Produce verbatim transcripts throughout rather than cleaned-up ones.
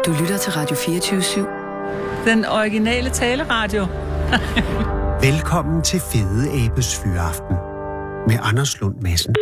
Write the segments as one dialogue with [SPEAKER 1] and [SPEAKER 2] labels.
[SPEAKER 1] Du lytter til Radio fireogtyve syv.
[SPEAKER 2] Den originale taleradio.
[SPEAKER 3] Velkommen til Fede Abes Fyraften med Anders Lund Madsen.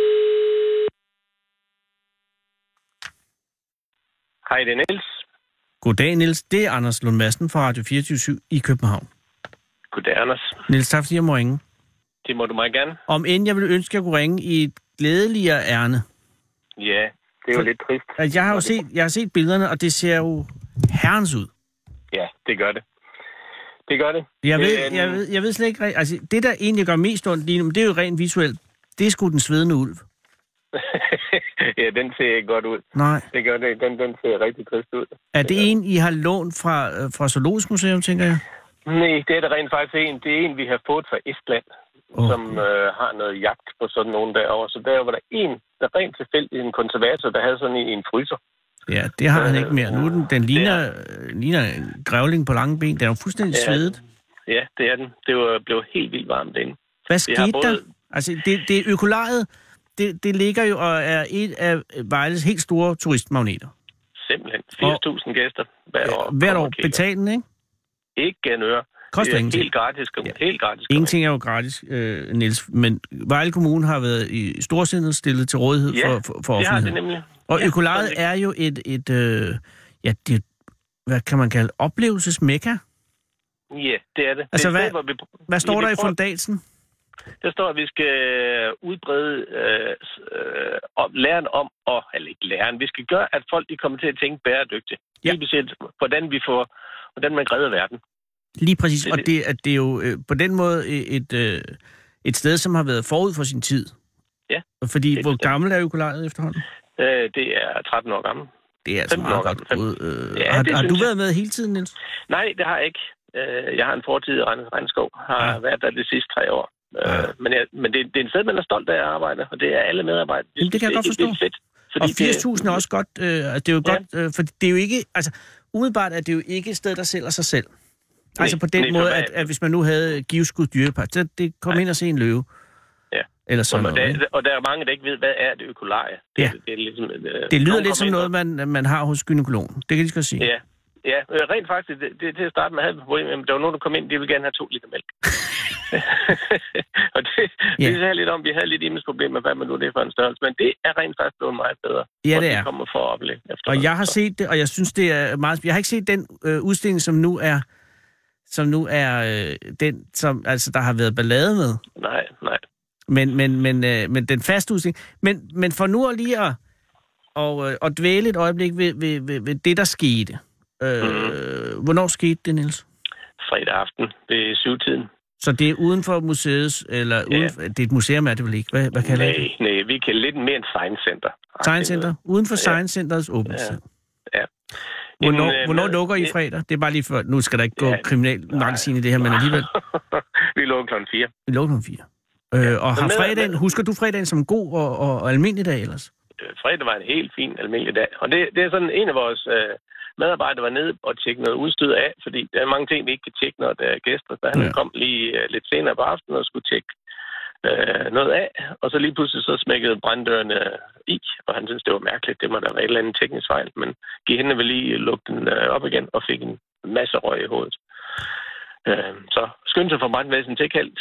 [SPEAKER 4] Hej, det er Niels.
[SPEAKER 5] Goddag, Niels. Det er Anders Lund Madsen fra Radio fireogtyve syv i København.
[SPEAKER 4] Goddag, Anders.
[SPEAKER 5] Niels, tak fordi jeg må ringe.
[SPEAKER 4] Det må du meget gerne.
[SPEAKER 5] Om end jeg vil ønske, at jeg kunne ringe i et glædeligere ærne.
[SPEAKER 4] Ja, det er jo For, lidt trist.
[SPEAKER 5] Altså, jeg har jo set, jeg har set billederne, og det ser jo herrens ud.
[SPEAKER 4] Ja, det gør det. Det gør det.
[SPEAKER 5] Jeg ved,
[SPEAKER 4] det,
[SPEAKER 5] jeg ved, jeg ved slet ikke... Altså, det, der egentlig gør mest ondt lige nu, det er jo rent visuelt. Det er sgu den svedende ulv.
[SPEAKER 4] Ja, den ser ikke godt ud.
[SPEAKER 5] Nej.
[SPEAKER 4] Det gør det. Den, den ser rigtig trist ud.
[SPEAKER 5] Er det, det en, I har lånt fra, fra Zoologisk Museum, tænker jeg?
[SPEAKER 4] Nej, det er der rent faktisk en. Det er en, vi har fået fra Estland, okay. som øh, har noget jagt på sådan nogen derovre. Så der var der en, der rent tilfældigt, en konservator, der havde sådan en, en fryser.
[SPEAKER 5] Ja, det har han ikke mere. Nu den, den ligner, øh, ligner en grævling på lange ben. Den er jo fuldstændig ja, svedet.
[SPEAKER 4] Ja, det er den. Det var blevet helt vildt varmt inde.
[SPEAKER 5] Hvad skete både... der? Altså, det, det er økolaret. Det, det ligger jo og er et af Vejles helt store turistmagneter.
[SPEAKER 4] Simpelthen. firs tusind gæster hvert år.
[SPEAKER 5] Hvert år betalen, ikke?
[SPEAKER 4] Ikke en øre.
[SPEAKER 5] Koster ingenting.
[SPEAKER 4] Helt gratis. Ja. Helt gratis.
[SPEAKER 5] Ingenting er jo gratis, øh, Niels. Men Vejle Kommune har været i storsindet stillet til rådighed
[SPEAKER 4] ja,
[SPEAKER 5] for, for, for offentligheden.
[SPEAKER 4] Ja, det nemlig.
[SPEAKER 5] Og
[SPEAKER 4] ja,
[SPEAKER 5] økolaret er jo et, et øh, ja, det, hvad kan man kalde, oplevelsesmekka?
[SPEAKER 4] Ja, det er det.
[SPEAKER 5] Altså,
[SPEAKER 4] det er
[SPEAKER 5] hvad,
[SPEAKER 4] sted, hvor vi,
[SPEAKER 5] hvad står
[SPEAKER 4] ja,
[SPEAKER 5] der i fundatsen?
[SPEAKER 4] Der står, at vi skal udbrede øh, øh, om, læren om, og, eller ikke læren, vi skal gøre, at folk de kommer til at tænke bæredygtigt. Ja. Lige bestemt, hvordan vi får, hvordan man redder verden.
[SPEAKER 5] Lige præcis, det, og det, at det er jo øh, på den måde et, øh, et sted, som har været forud for sin tid.
[SPEAKER 4] Ja.
[SPEAKER 5] Fordi, hvor gammel er økolaret efterhånden?
[SPEAKER 4] Øh, det er tretten år gammel.
[SPEAKER 5] Det er altså meget godt gået. Øh,
[SPEAKER 4] ja,
[SPEAKER 5] har har du været med hele tiden, Niels?
[SPEAKER 4] Nej, det har jeg ikke. Jeg har en fortid i Regnskov, har ja. været der de sidste tre år. Ja. Men, jeg, men det, det er en sted, man er stolt af at arbejde, og det er alle medarbejdere.
[SPEAKER 5] Jamen, det kan jeg godt forstå.
[SPEAKER 4] Det er fedt.
[SPEAKER 5] Og firs tusind er også godt. Øh, det er jo ja. godt, øh, for det er jo ikke... Altså, umiddelbart er det jo ikke et sted, der sælger sig selv. Altså på den nej, måde, at, at hvis man nu havde givskud dyrepark, så det kom nej. ind og se en løve.
[SPEAKER 4] Ja.
[SPEAKER 5] Eller sådan
[SPEAKER 4] og,
[SPEAKER 5] noget.
[SPEAKER 4] Der, og der er mange, der ikke ved, hvad er det økolarie. Det,
[SPEAKER 5] ja.
[SPEAKER 4] det, det, er ligesom, uh,
[SPEAKER 5] det lyder lidt som noget, man, man har hos gynækologen. Det kan de skal sige.
[SPEAKER 4] Ja. Ja, rent faktisk, det, det, til at starte med havde et problem, men der var nogen, der kom ind, de ville gerne have to liter mælk. Og det, ja. det sagde lidt om, vi havde lidt imensproblemer, hvad man nu det er for en størrelse, men det er rent faktisk blevet meget bedre.
[SPEAKER 5] Ja, det er.
[SPEAKER 4] De kommer for at opleve efter.
[SPEAKER 5] Og jeg har set det, og jeg synes, det er meget... Jeg har ikke set den øh, udstilling, som nu er, som nu er øh, den, som altså, der har været ballade med.
[SPEAKER 4] Nej, nej.
[SPEAKER 5] Men, men, men, øh, men den faste udstilling... Men, men for nu at lige at, og, øh, at dvæle et øjeblik ved, ved, ved, ved det, der skete... Øh, mm. Hvornår skete det, Niels?
[SPEAKER 4] Fredag aften ved syvtiden.
[SPEAKER 5] Så det er uden for museets, eller ja. uden for, det er et museum, er det vel ikke? Hvad, hvad kalder
[SPEAKER 4] nej,
[SPEAKER 5] det?
[SPEAKER 4] Nej, vi kan lidt mere en science center.
[SPEAKER 5] Science center? Uden for ja. Science Centers åbningstid? Ja. ja. Hvornår, en, hvornår med, lukker I fredag? Det er bare lige for, nu skal der ikke gå ja. kriminalmagasin i det her, men alligevel.
[SPEAKER 4] Vi lukker klokken fire.
[SPEAKER 5] Vi lukker klokken fire. Ja. Øh, og har fredagen, med, husker du fredagen som god og, og, og almindelig dag ellers?
[SPEAKER 4] Fredag var en helt fin almindelig dag. Og det, det er sådan en af vores... Øh, medarbejdere var nede og tjekke noget udstyr af, fordi der er mange ting, vi ikke kan tjekke, når der er gæster. Så han ja. kom lige uh, lidt senere på aftenen og skulle tjekke uh, noget af, og så lige pludselig så smækkede branddørene i, og han synes det var mærkeligt. Det må der være et eller andet teknisk fejl, men gik hende vel lige lukke den uh, op igen og fik en masse røg i hovedet. Uh, så skyndte sig for brandvæsenet til kaldt.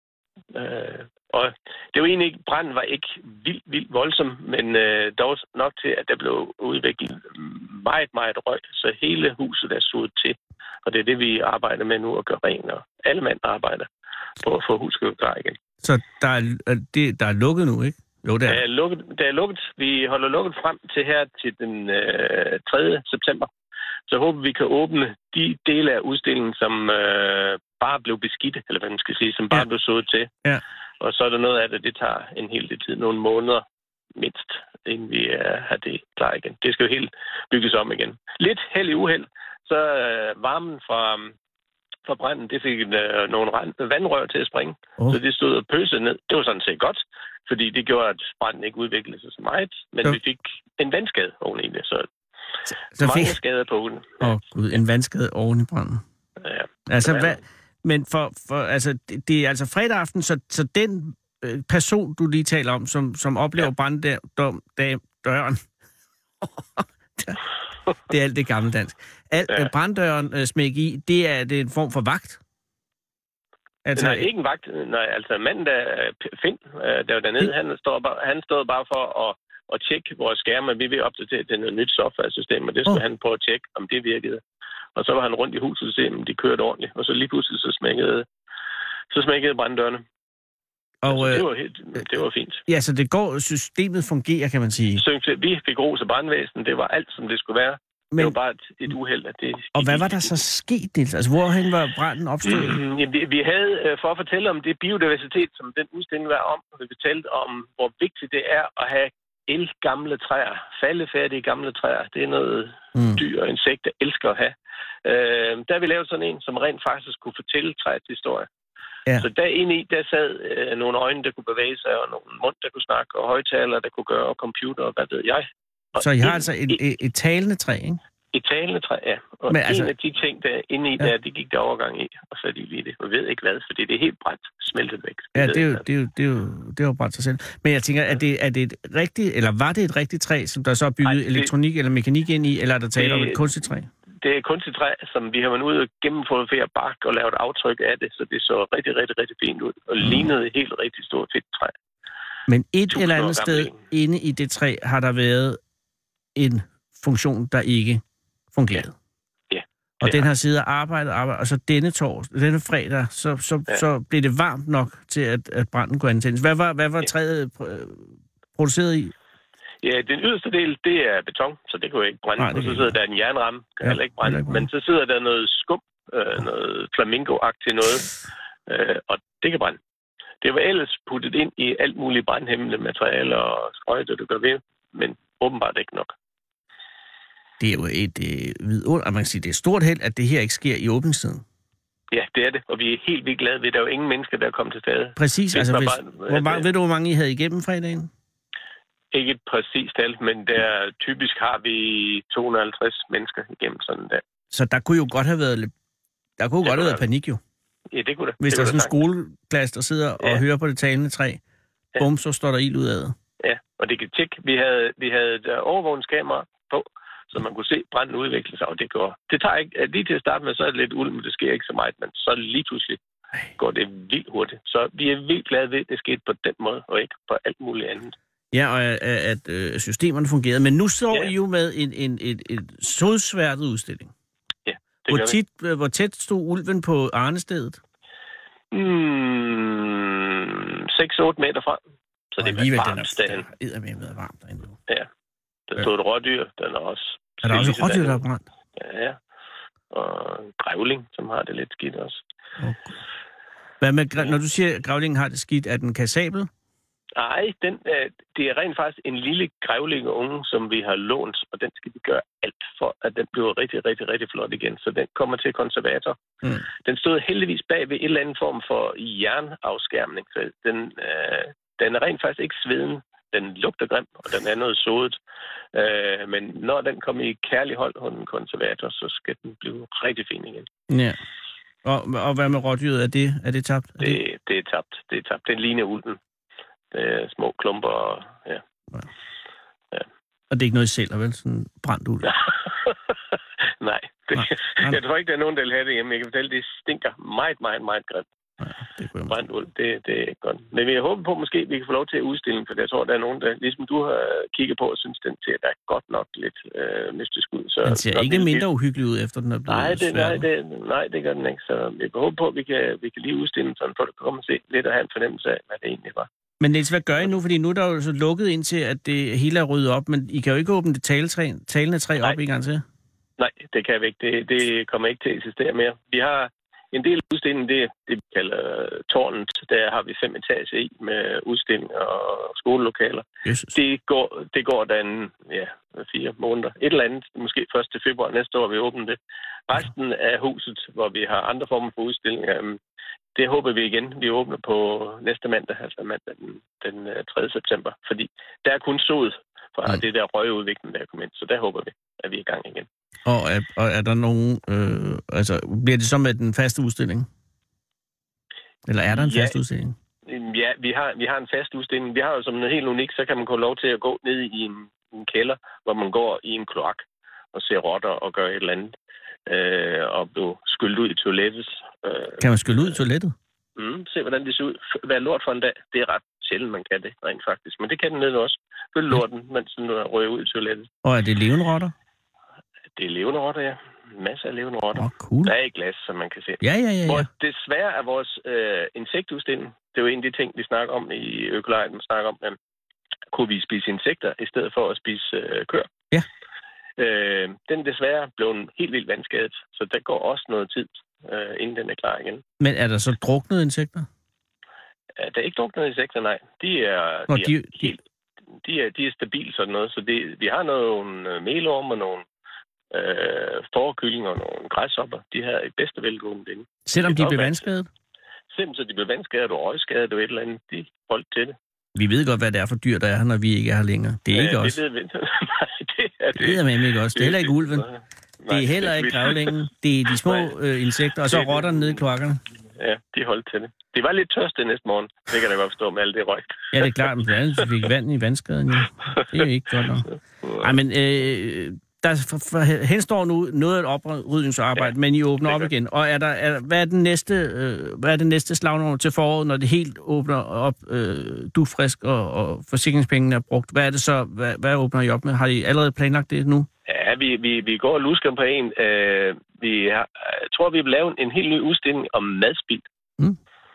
[SPEAKER 4] Uh, og det var egentlig ikke, branden var ikke vildt, vildt voldsom, men øh, dog nok til, at der blev udviklet meget, meget røg, så hele huset er suget til. Og det er det, vi arbejder med nu at gøre rent, og alle mand arbejder på at få huset klar igen.
[SPEAKER 5] Så der er, det, der er lukket nu, ikke? Jo, det er.
[SPEAKER 4] Der er lukket. Der er lukket. Vi holder lukket frem til her til den øh, tredje september. Så håber vi kan åbne de dele af udstillingen, som øh, bare blev beskidte, eller hvad man skal sige, som bare ja. blev sået til. Ja. Og så er der noget af det, det tager en hel del tid, nogle måneder mindst, inden vi uh, har det klar igen. Det skal jo helt bygges om igen. Lidt held i uheld, så uh, varmen fra, um, fra branden, det fik uh, nogle vandrør til at springe. Oh. Så det stod og pøsede ned. Det var sådan set godt, fordi det gjorde, at branden ikke udviklede sig så meget. Men jo. vi fik en vandskade oven i det, så, så, så mange fik... skader på den.
[SPEAKER 5] Åh oh, gud, en vandskade oven i branden. Ja. Altså, hvad... Men for, for altså, det, det er altså fredag aften, så, så den øh, person, du lige taler om, som, som oplever ja. branddøren, Det er alt det gammeldansk. Alt ja. branddøren øh, smæk i, det er, det er en form for vagt?
[SPEAKER 4] Altså, nej, ikke en vagt. Nej, altså manden, der Finn, der var dernede, han står bare, han stod bare for at, at tjekke vores skærme. Vi vil opdatere til noget nyt software-system, og det skulle oh. han prøve at tjekke, om det virkede. Og så var han rundt i huset og se, om de kørte ordentligt. Og så lige pludselig så smækkede, så smækkede branddørene. Og, altså, det, var helt, det var fint.
[SPEAKER 5] Ja, så det går, systemet fungerer, kan man sige.
[SPEAKER 4] Så vi fik ros af brandvæsenet. Det var alt, som det skulle være. Men, det var bare et, et uheld, at det...
[SPEAKER 5] Og hvad var der så sket, Niels? Altså, hvorhen var branden opstået?
[SPEAKER 4] Mm, ja, vi, vi havde, for at fortælle om det biodiversitet, som den udstilling var om, vi fortalte om, hvor vigtigt det er at have elgamle træer, faldefærdige gamle træer. Det er noget mm. dyr og insekter elsker at have. Øh, der har vi lavet sådan en, som rent faktisk kunne fortælle træets historie. Ja. Så derinde i, der sad øh, nogle øjne, der kunne bevæge sig, og nogle mund, der kunne snakke, og højtalere, der kunne gøre, og computer, og hvad ved jeg. Og
[SPEAKER 5] så I har altså et, et, et talende træ, ikke?
[SPEAKER 4] Et talende træ, ja. Og men, en altså, af de ting, der er inde i, ja. der, det gik der overgang i, og så er de lige det. Jeg ved ikke hvad, fordi det er helt brændt, smeltet væk.
[SPEAKER 5] Ja, det er, jo, det, er jo, det, er jo, det er jo brændt sig selv. Men jeg tænker, er det, er det et rigtigt, eller var det et rigtigt træ, som der så er bygget Ej, det, elektronik eller mekanik ind i, eller er der tale om et kunstigt træ?
[SPEAKER 4] Det er et kunstigt træ, som vi har været ude og gennemfotografere bark og lavet aftryk af det, så det så rigtig, rigtig, rigtig fint ud, og mm. lignede et helt rigtig stort fedt træ. Men et eller andet sted inde i det træ har der været en funktion, der ikke fungerede. Ja. Ja, og den har siddet og arbejdet, arbejdet, og så denne torsdag, denne fredag, så, så, ja. så blev det varmt nok til, at, at branden kunne antændes. Hvad var, hvad var træet produceret i? Ja, den yderste del, det er beton, så det kunne ikke brænde. Nej, og så sidder der en jernramme, kan ja, heller ikke brænde. Ikke men så sidder der noget skum, øh, noget flamingo-agtigt noget, øh, og det kan brænde. Det var ellers puttet ind i alt muligt brændhæmmende materialer og sprøjter, du gør ved, men åbenbart ikke nok. Det er jo et øh, vidunder, man kan sige, det er stort held, at det her ikke sker i åbningstiden. Ja, det er det, og vi er helt vildt glade ved, der er jo ingen mennesker, der er kommet til stede. Præcis, altså hvis, bare, hvor mange, ved du, hvor mange I havde igennem fredagen? Ikke et præcist tal, men der typisk har vi to hundrede og halvtreds mennesker igennem sådan der. Så der kunne jo godt have været, der kunne jo godt have været panik jo. Ja, det kunne det. Hvis det der er sådan en skoleklasse, der sidder ja. og hører på det talende træ, ja. bum, så står der ild ud af det. Ja, og det kan tjekke. Vi havde, vi havde et overvågningskamera på, så man kunne se branden udvikle sig, og det går. Det tager ikke, lige til at starte med, så er det lidt ulm, men det sker ikke så meget, men så lige pludselig går det vildt hurtigt. Så vi er vildt glade ved, at det skete på den måde, og ikke på alt muligt andet. Ja, og at, at, at systemerne fungerede. Men nu står ja. I jo med en, en, en, en sodsværtet udstilling. Ja, det hvor, tit, hvor tæt stod ulven på Arnestedet? Mm, seks til otte meter fra. Så og det er varmt derinde. Det er med varmt derinde. Ja. Der stod et rådyr. Den er også... Er der også et rådyr, der er brændt? Ja, ja. Og en grævling, som har det lidt skidt også. Okay. Hvad med, når du siger, at grævlingen har det skidt, er den kassabel? Nej, den, det er rent faktisk en lille grævlingeunge, som vi har lånt, og den skal vi gøre alt for, at den bliver rigtig, rigtig, rigtig flot igen. Så den kommer til konservator. Mm. Den stod heldigvis bag ved en eller anden form for jernafskærmning, så den, øh, den er rent faktisk ikke sveden. Den lugter grimt, og den er noget sodet. Øh, men når den kommer i kærlig hold hos en konservator, så skal den blive rigtig fin igen. Ja. Og, og hvad med rådyret? Er det, er det tabt? Er det, det, det er tabt. Det er tabt. Den ligner ulven. Det er små klumper og ja. Ja. Ja. Og det er ikke noget, I sælger, vel? Sådan brændt ulv? Nej. Det, nej, nej. Jeg tror ikke, der er nogen, der vil have det hjemme. Jeg kan fortælle, det stinker meget, meget, meget grimt. Ja, det kunne jeg brændt ulv, det, det er ikke godt. Men vi håber på, måske vi kan få lov til at udstille, for jeg tror, der er nogen, der, ligesom du har kigget på, og synes, den ser da godt nok lidt øh, mystisk ud. Så den ser ikke mindre lidt uhyggelig ud, efter den er blevet nej, det, nej, det, nej, det gør den ikke. Så vi håber på, at vi kan, vi kan lige udstille, så folk kan komme og se lidt og have en fornemmelse af, hvad det egentlig var. Men Niels, hvad gør I nu? Fordi nu er der jo så lukket ind til, at det hele er ryddet op, men I kan jo ikke åbne det taletræ, talende træ nej. op en gang til? Nej, det kan vi ikke. Det, det kommer ikke til at eksistere mere. Vi har en del udstilling, det, det vi kalder tårnet. Der har vi fem etager i med udstilling og skolelokaler. Det går, det går den ja, fire måneder. Et eller andet, måske først til februar næste år, vi åbner det. Resten af huset, hvor vi har andre former for udstillinger, det håber vi igen. Vi åbner på næste mandag, altså mandag den, den tredje september, fordi der er kun sået fra mm. det der røgudvikling, der er kommet ind. Så der håber vi, at vi er i gang igen. Og er, og er der nogen... Øh, altså, bliver det så med den faste udstilling? Eller er der en ja, fast udstilling? Ja, vi har, vi har en fast udstilling. Vi har jo som noget helt unikt, så kan man få lov til at gå ned i en, en kælder, hvor man går i en kloak. og se rotter og gøre et eller andet. Øh, og blive skyllet ud i toilettet. Øh,
[SPEAKER 5] kan man skylle ud i toilettet?
[SPEAKER 4] Mm, se, hvordan det ser ud. Hvad lort for en dag? Det er ret sjældent, man kan det, rent faktisk. Men det kan den nede også. Følg lorten, mens den rører ud i toilettet.
[SPEAKER 5] Og er det levende rotter?
[SPEAKER 4] Det er levende rotter, ja. Masser af levende rotter.
[SPEAKER 5] Åh, oh, cool.
[SPEAKER 4] Der er i glas, som man kan se.
[SPEAKER 5] Ja, ja, ja. ja.
[SPEAKER 4] Hvor desværre er vores øh, insektudstilling. Det er jo en af de ting, vi snakker om i økolejden. Vi snakker om, at kunne vi spise insekter, i stedet for at spise øh, køer.
[SPEAKER 5] Ja.
[SPEAKER 4] Øh, den er desværre blevet helt vildt vandskadet, så der går også noget tid, øh, inden den er klar igen.
[SPEAKER 5] Men er der så druknede insekter?
[SPEAKER 4] Ja, der er ikke druknede insekter, nej. De er,
[SPEAKER 5] Nå,
[SPEAKER 4] de,
[SPEAKER 5] de,
[SPEAKER 4] er,
[SPEAKER 5] de...
[SPEAKER 4] helt, de, er, de er stabile sådan noget, så det, vi har nogle melorm og nogle øh, forkyllinger og nogle græshopper. De her i bedste velgående inde.
[SPEAKER 5] Selvom de, de bliver vandskadet?
[SPEAKER 4] Simpelthen så de bliver vandskadet og røgskadet og et eller andet. De holdt til det.
[SPEAKER 5] Vi ved godt, hvad det er for dyr, der er her, når vi ikke er her længere. Det er
[SPEAKER 4] ja,
[SPEAKER 5] ikke
[SPEAKER 4] det
[SPEAKER 5] os.
[SPEAKER 4] Ved vi. Nej, det er det.
[SPEAKER 5] Det er med ikke os. Det er heller ikke ulven. Det er heller ikke grævlingen. Det er de små øh, insekter, og så rotterne nede i kloakkerne.
[SPEAKER 4] Ja, de holdt til det. Det var lidt tørste næste morgen. Det kan jeg godt forstå med alt det røg.
[SPEAKER 5] Ja, det er klart, men blandt andet fik vand i vandskaden. Ja. Det er jo ikke godt nok. Ej, men øh, der for, for, henstår nu noget af et oprydningsarbejde, ja, men I åbner op igen. Og er der, er, hvad, er den næste, øh, hvad er det næste slagnummer til foråret, når det helt åbner op, øh, dufrisk og, og forsikringspengene er brugt? Hvad er det så? Hvad, hvad åbner I op med? Har I allerede planlagt det nu?
[SPEAKER 4] Ja, vi, vi, vi går og lusker på en. Øh, vi har, jeg tror, vi vil lave en helt ny udstilling om madspild. Mm.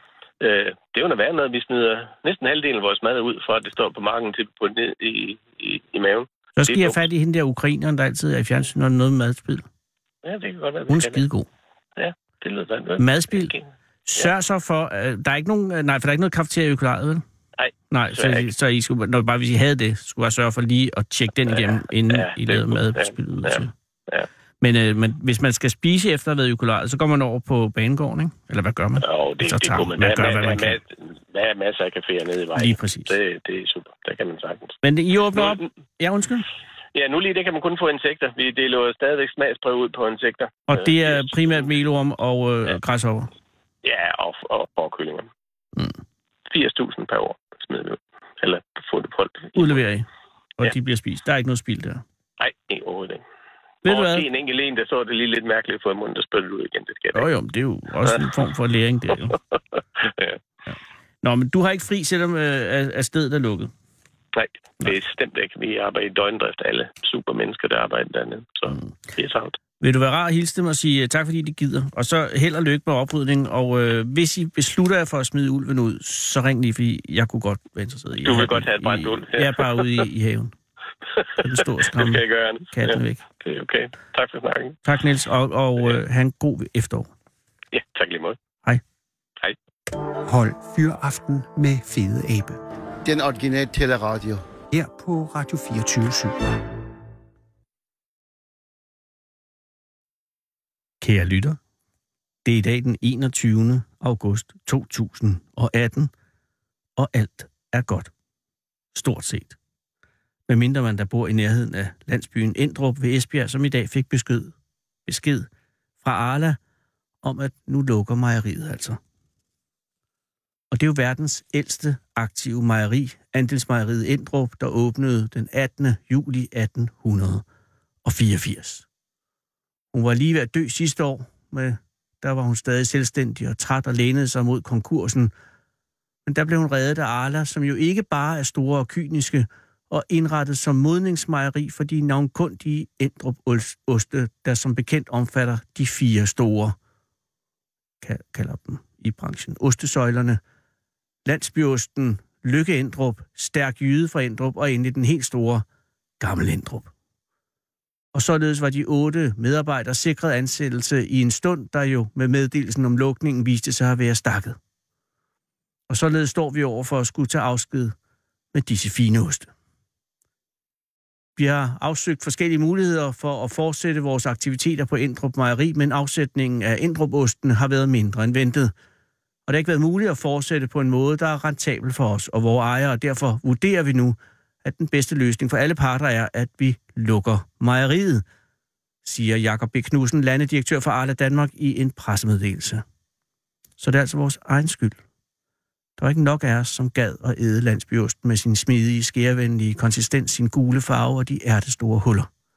[SPEAKER 4] Øh, det er jo noget noget, vi smider næsten halvdelen af vores mad ud, for at det står på marken til på ned i, i, i maven.
[SPEAKER 5] Så skal jeg have fat i hende der ukraineren, der altid er i fjernsyn, når der er noget med madspild.
[SPEAKER 4] Ja, det kan godt være.
[SPEAKER 5] Hun er skidegod.
[SPEAKER 4] Ja, det lyder godt.
[SPEAKER 5] Madspild. Sørg så for, uh, der er ikke nogen, uh, nej, for der er ikke noget kafeteria i økolaret, vel?
[SPEAKER 4] Nej.
[SPEAKER 5] Nej, så, så, så I skulle, når bare hvis I havde det, skulle bare sørge for lige at tjekke den igennem, ja, inden ja, I lavede madspild ud til.
[SPEAKER 4] Ja, ja.
[SPEAKER 5] Men, øh, men hvis man skal spise efter at have været i økolaret, så går man over på banegården, ikke? Eller hvad gør man?
[SPEAKER 4] Jo, det,
[SPEAKER 5] så
[SPEAKER 4] det kunne man.
[SPEAKER 5] man
[SPEAKER 4] gør,
[SPEAKER 5] gør,
[SPEAKER 4] hvad man
[SPEAKER 5] kan.
[SPEAKER 4] Der er masser af caféer nede i vejen.
[SPEAKER 5] Lige præcis.
[SPEAKER 4] Det, det er super. Der kan man sagtens.
[SPEAKER 5] Men det, I åbner op? Ja, undskyld.
[SPEAKER 4] Ja, nu lige det kan man kun få insekter. Vi deler jo stadigvæk smagsprøve ud på insekter.
[SPEAKER 5] Og det er primært melorm og øh, ja. græshopper?
[SPEAKER 4] Ja, og, og forkyllinger. Mm. firs tusind per år smider vi ud. Eller få det på.
[SPEAKER 5] Udleverer I? Og
[SPEAKER 4] ja.
[SPEAKER 5] De bliver spist? Der er ikke noget spild der?
[SPEAKER 4] Nej, ikke overhovedet ikke.
[SPEAKER 5] Ved
[SPEAKER 4] og
[SPEAKER 5] du hvad?
[SPEAKER 4] en enkelt en, der så det lige lidt mærkeligt for i munden, der spytter ud igen. Det skal
[SPEAKER 5] jo, jo, det er jo også en form for læring, det er jo.
[SPEAKER 4] ja.
[SPEAKER 5] Ja. Nå, men du har ikke fri, selvom øh, er stedet er lukket?
[SPEAKER 4] Nej, det er stemt ikke. Vi arbejder i døgndrift, alle super mennesker, der arbejder dernede. Så mm. det er savt.
[SPEAKER 5] Vil du være rar at hilse dem og sige tak, fordi de gider? Og så held og lykke med oprydningen. Og øh, hvis I beslutter jer for at smide ulven ud, så ring lige, fordi jeg kunne godt være interesseret i...
[SPEAKER 4] Du vil godt have et brændt ulv.
[SPEAKER 5] Ja. Jeg er bare ude i, i haven. Den store skræmme.
[SPEAKER 4] Det skal jeg gøre, Anders.
[SPEAKER 5] Katten
[SPEAKER 4] ja,
[SPEAKER 5] væk.
[SPEAKER 4] Det er okay. Tak for snakken.
[SPEAKER 5] Tak, Niels. Og, og øh, have en god efterår.
[SPEAKER 4] Ja, tak lige måde.
[SPEAKER 5] Hej.
[SPEAKER 4] Hej.
[SPEAKER 3] Hold Fyraften med Fede Abe.
[SPEAKER 6] Den originale teleradio.
[SPEAKER 3] Her på Radio fireogtyve syv.
[SPEAKER 5] Kære lytter, det er i dag den enogtyvende august to tusind og atten, og alt er godt. Stort set. Medmindre man der bor i nærheden af landsbyen Endrup ved Esbjerg, som i dag fik besked, besked fra Arla om, at nu lukker mejeriet altså. Og det er jo verdens ældste aktive mejeri, andelsmejeriet Endrup, der åbnede den attende juli atten fireogfirs. Hun var lige ved at dø sidste år, men der var hun stadig selvstændig og træt og lænede sig mod konkursen. Men der blev hun reddet af Arla, som jo ikke bare er store og kyniske, og indrettet som modningsmejeri for de navnkundige Endrup-oste, der som bekendt omfatter de fire store, kalder dem i branchen, ostesøjlerne, Landsbyosten, Lykke Endrup, Stærk Jyde fra Endrup og endelig den helt store Gammel Endrup. Og således var de otte medarbejdere sikret ansættelse i en stund, der jo med meddelelsen om lukningen viste sig at være stakket. Og således står vi over for at skulle tage afsked med disse fine oste. Vi har afsøgt forskellige muligheder for at fortsætte vores aktiviteter på Endrup Mejeri, men afsætningen af Endrup-osten har været mindre end ventet. Og det har ikke været muligt at fortsætte på en måde, der er rentabel for os og vores ejere, og derfor vurderer vi nu, at den bedste løsning for alle parter er, at vi lukker mejeriet, siger Jakob B. Knudsen, landedirektør for Arla Danmark, i en pressemeddelelse. Så det er altså vores egen skyld. Der var ikke nok af os, som gad at æde landsbyosten med sin smidige, skærevenlige konsistens, sin gule farve og de ærtestore huller.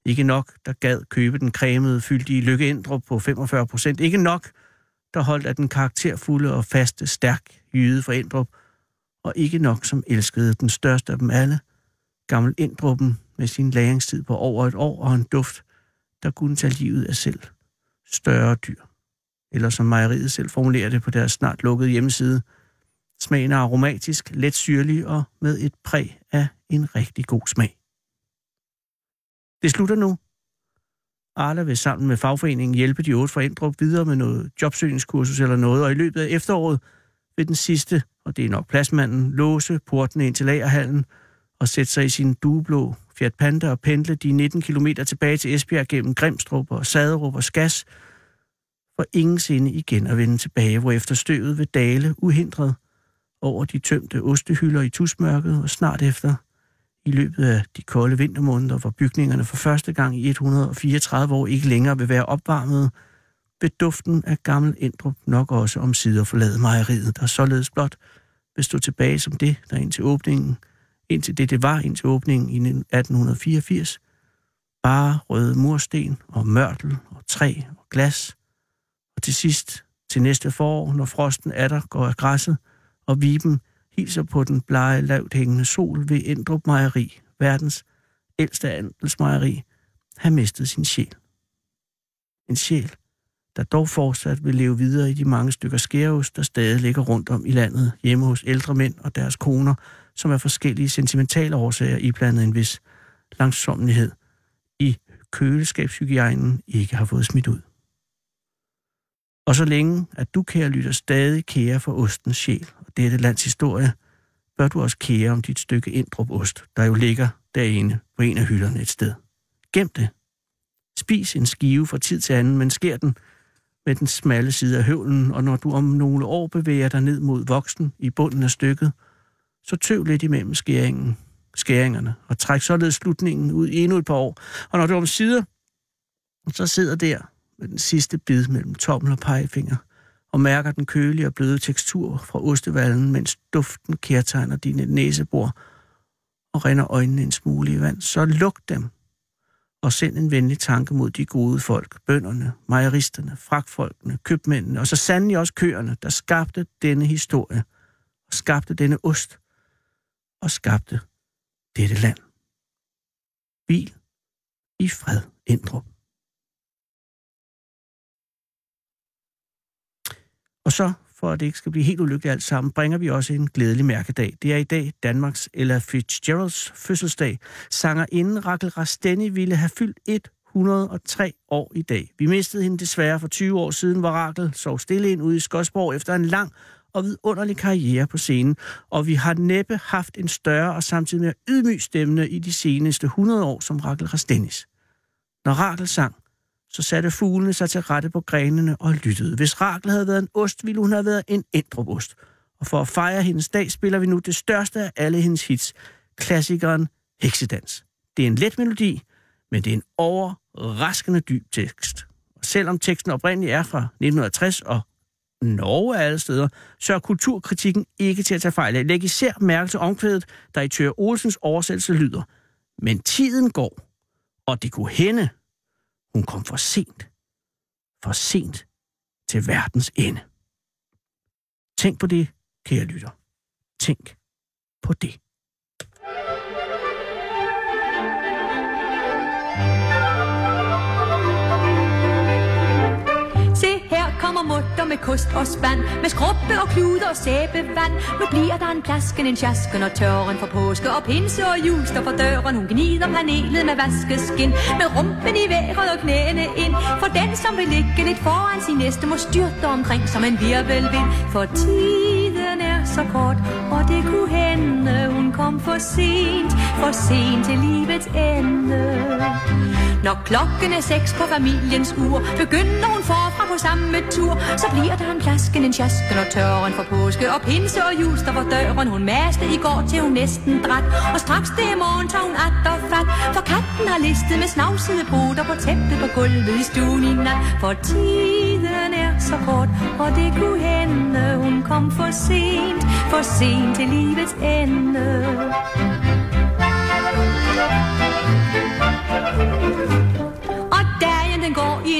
[SPEAKER 5] Ikke nok, der gad købe den cremede, fyldige Lykke Endrup på femogfyrre procent. Ikke nok, der holdt af den karakterfulde og faste, stærk jyde fra Endrup. Og ikke nok, som elskede den største af dem alle, Gammel Endruppen med sin lagringstid på over et år og en duft, der kunne tage livet af selv større dyr. Eller som mejeriet selv formulerer det på deres snart lukkede hjemmeside, smagen er aromatisk, let syrlig og med et præg af en rigtig god smag. Det slutter nu. Arla vil sammen med fagforeningen hjælpe de otte fra Endrup videre med noget jobsøgningskursus eller noget, og i løbet af efteråret vil den sidste, og det er nok pladsmanden, låse portene ind til lagerhallen og sætte sig i sin dueblå Fiat Panda og pendle de nitten kilometer tilbage til Esbjerg gennem Grimstrup og Saderup og Skas, for ingensinde igen at vende tilbage, hvor efter støvet vil dale uhindret over de tømte ostehylder i tusmørket, og snart efter, i løbet af de kolde vintermåneder, hvor bygningerne for første gang i et hundrede og fireogtredive år ikke længere vil være opvarmet, vil duften af Gammel Endrup nok også omsider forlade mejeriet, der således blot vil stå tilbage som det, der indtil åbningen, indtil det, det var indtil åbningen i atten fireogfirs, bare røde mursten og mørtel og træ og glas, og til sidst, til næste forår, når frosten atter går af græsset, og viben hilser på den blege, lavt hængende sol ved Endrup Mejeri, verdens ældste andelsmejeri, have mistet sin sjæl. En sjæl, der dog fortsat vil leve videre i de mange stykker skæreost, der stadig ligger rundt om i landet, hjemme hos ældre mænd og deres koner, som af forskellige sentimentale årsager iblandet en vis langsommelighed i køleskabshygiejnen ikke har fået smidt ud. Og så længe, at du, kære lytter, stadig kære for ostens sjæl og dette lands historie, bør du også kære om dit stykke Endrup-ost, der jo ligger derinde på en af hylderne et sted. Gem det. Spis en skive fra tid til anden, men skær den med den smalle side af høvlen, og når du om nogle år bevæger dig ned mod voksen i bunden af stykket, så tøv lidt imellem skæringen, skæringerne, og træk således slutningen ud i endnu et par år. Og når du omsider, så sidder der med den sidste bid mellem tommel og pegefinger, og mærker den kølige og bløde tekstur fra ostevallen, mens duften kærtegner dine næsebor og rinder øjnene en smule i vand, så luk dem og send en venlig tanke mod de gode folk, bønderne, mejeristerne, fragtfolkene, købmændene, og så sandelig også køerne, der skabte denne historie, og skabte denne ost, og skabte dette land. Hvil i fred, Endrup. Og så, for at det ikke skal blive helt ulykkeligt alt sammen, bringer vi også en glædelig mærkedag. Det er i dag Danmarks Ella Fitzgeralds fødselsdag. Sangerinden Rachel Rasteni ville have fyldt et hundrede og tre år i dag. Vi mistede hende desværre for tyve år siden, hvor Rachel sov stille ind ude i Skodsborg efter en lang og vidunderlig karriere på scenen. Og vi har næppe haft en større og samtidig mere ydmyg stemme i de seneste hundrede år som Rachel Rastenis. Når Rachel sang, så satte fuglene sig til rette på grenene og lyttede. Hvis Rachel havde været en ost, ville hun have været en Endrup-ost. Og for at fejre hendes dag, spiller vi nu det største af alle hendes hits, klassikeren Heksedans. Det er en let melodi, men det er en overraskende dyb tekst. Og selvom teksten oprindeligt er fra nitten tres og Norge af alle steder, så er kulturkritikken ikke til at tage fejl af. Læg især mærke til omkvædet, der i Thøger Olsens oversættelse lyder: men tiden går, og det kunne hænde, hun kom for sent. For sent til verdens ende. Tænk på det, kære lytter. Tænk på det.
[SPEAKER 7] Kommer mutter med kost og spand, med skrubbe og klude og sæbevand. Nu bliver der en plasken, en sjasken og tørren for påske og pinse og jul står for døren. Hun gnider panelet med vaskeskin, med rumpen i vejret og knæene ind. For den, som vil ligge lidt foran sin næste, må styrte omkring som en virvelvind. For tiden er så kort, og det kunne hende, hun kom for sent, for sent til livets ende. Når klokken er seks på familiens ur, begynder hun forfra på samme tur. Så bliver der en plasken, en sjasken og tørren for påske og pinse og jul står for døren. Hun maste i går til hun næsten dræt, og straks det er morgen tager hun at og fat. For katten har listet med snavsede poter på tæppet på gulvet i stuen i nat. For tiden er så kort, og det kunne hende, hun kom for sent, for sent til livets ende.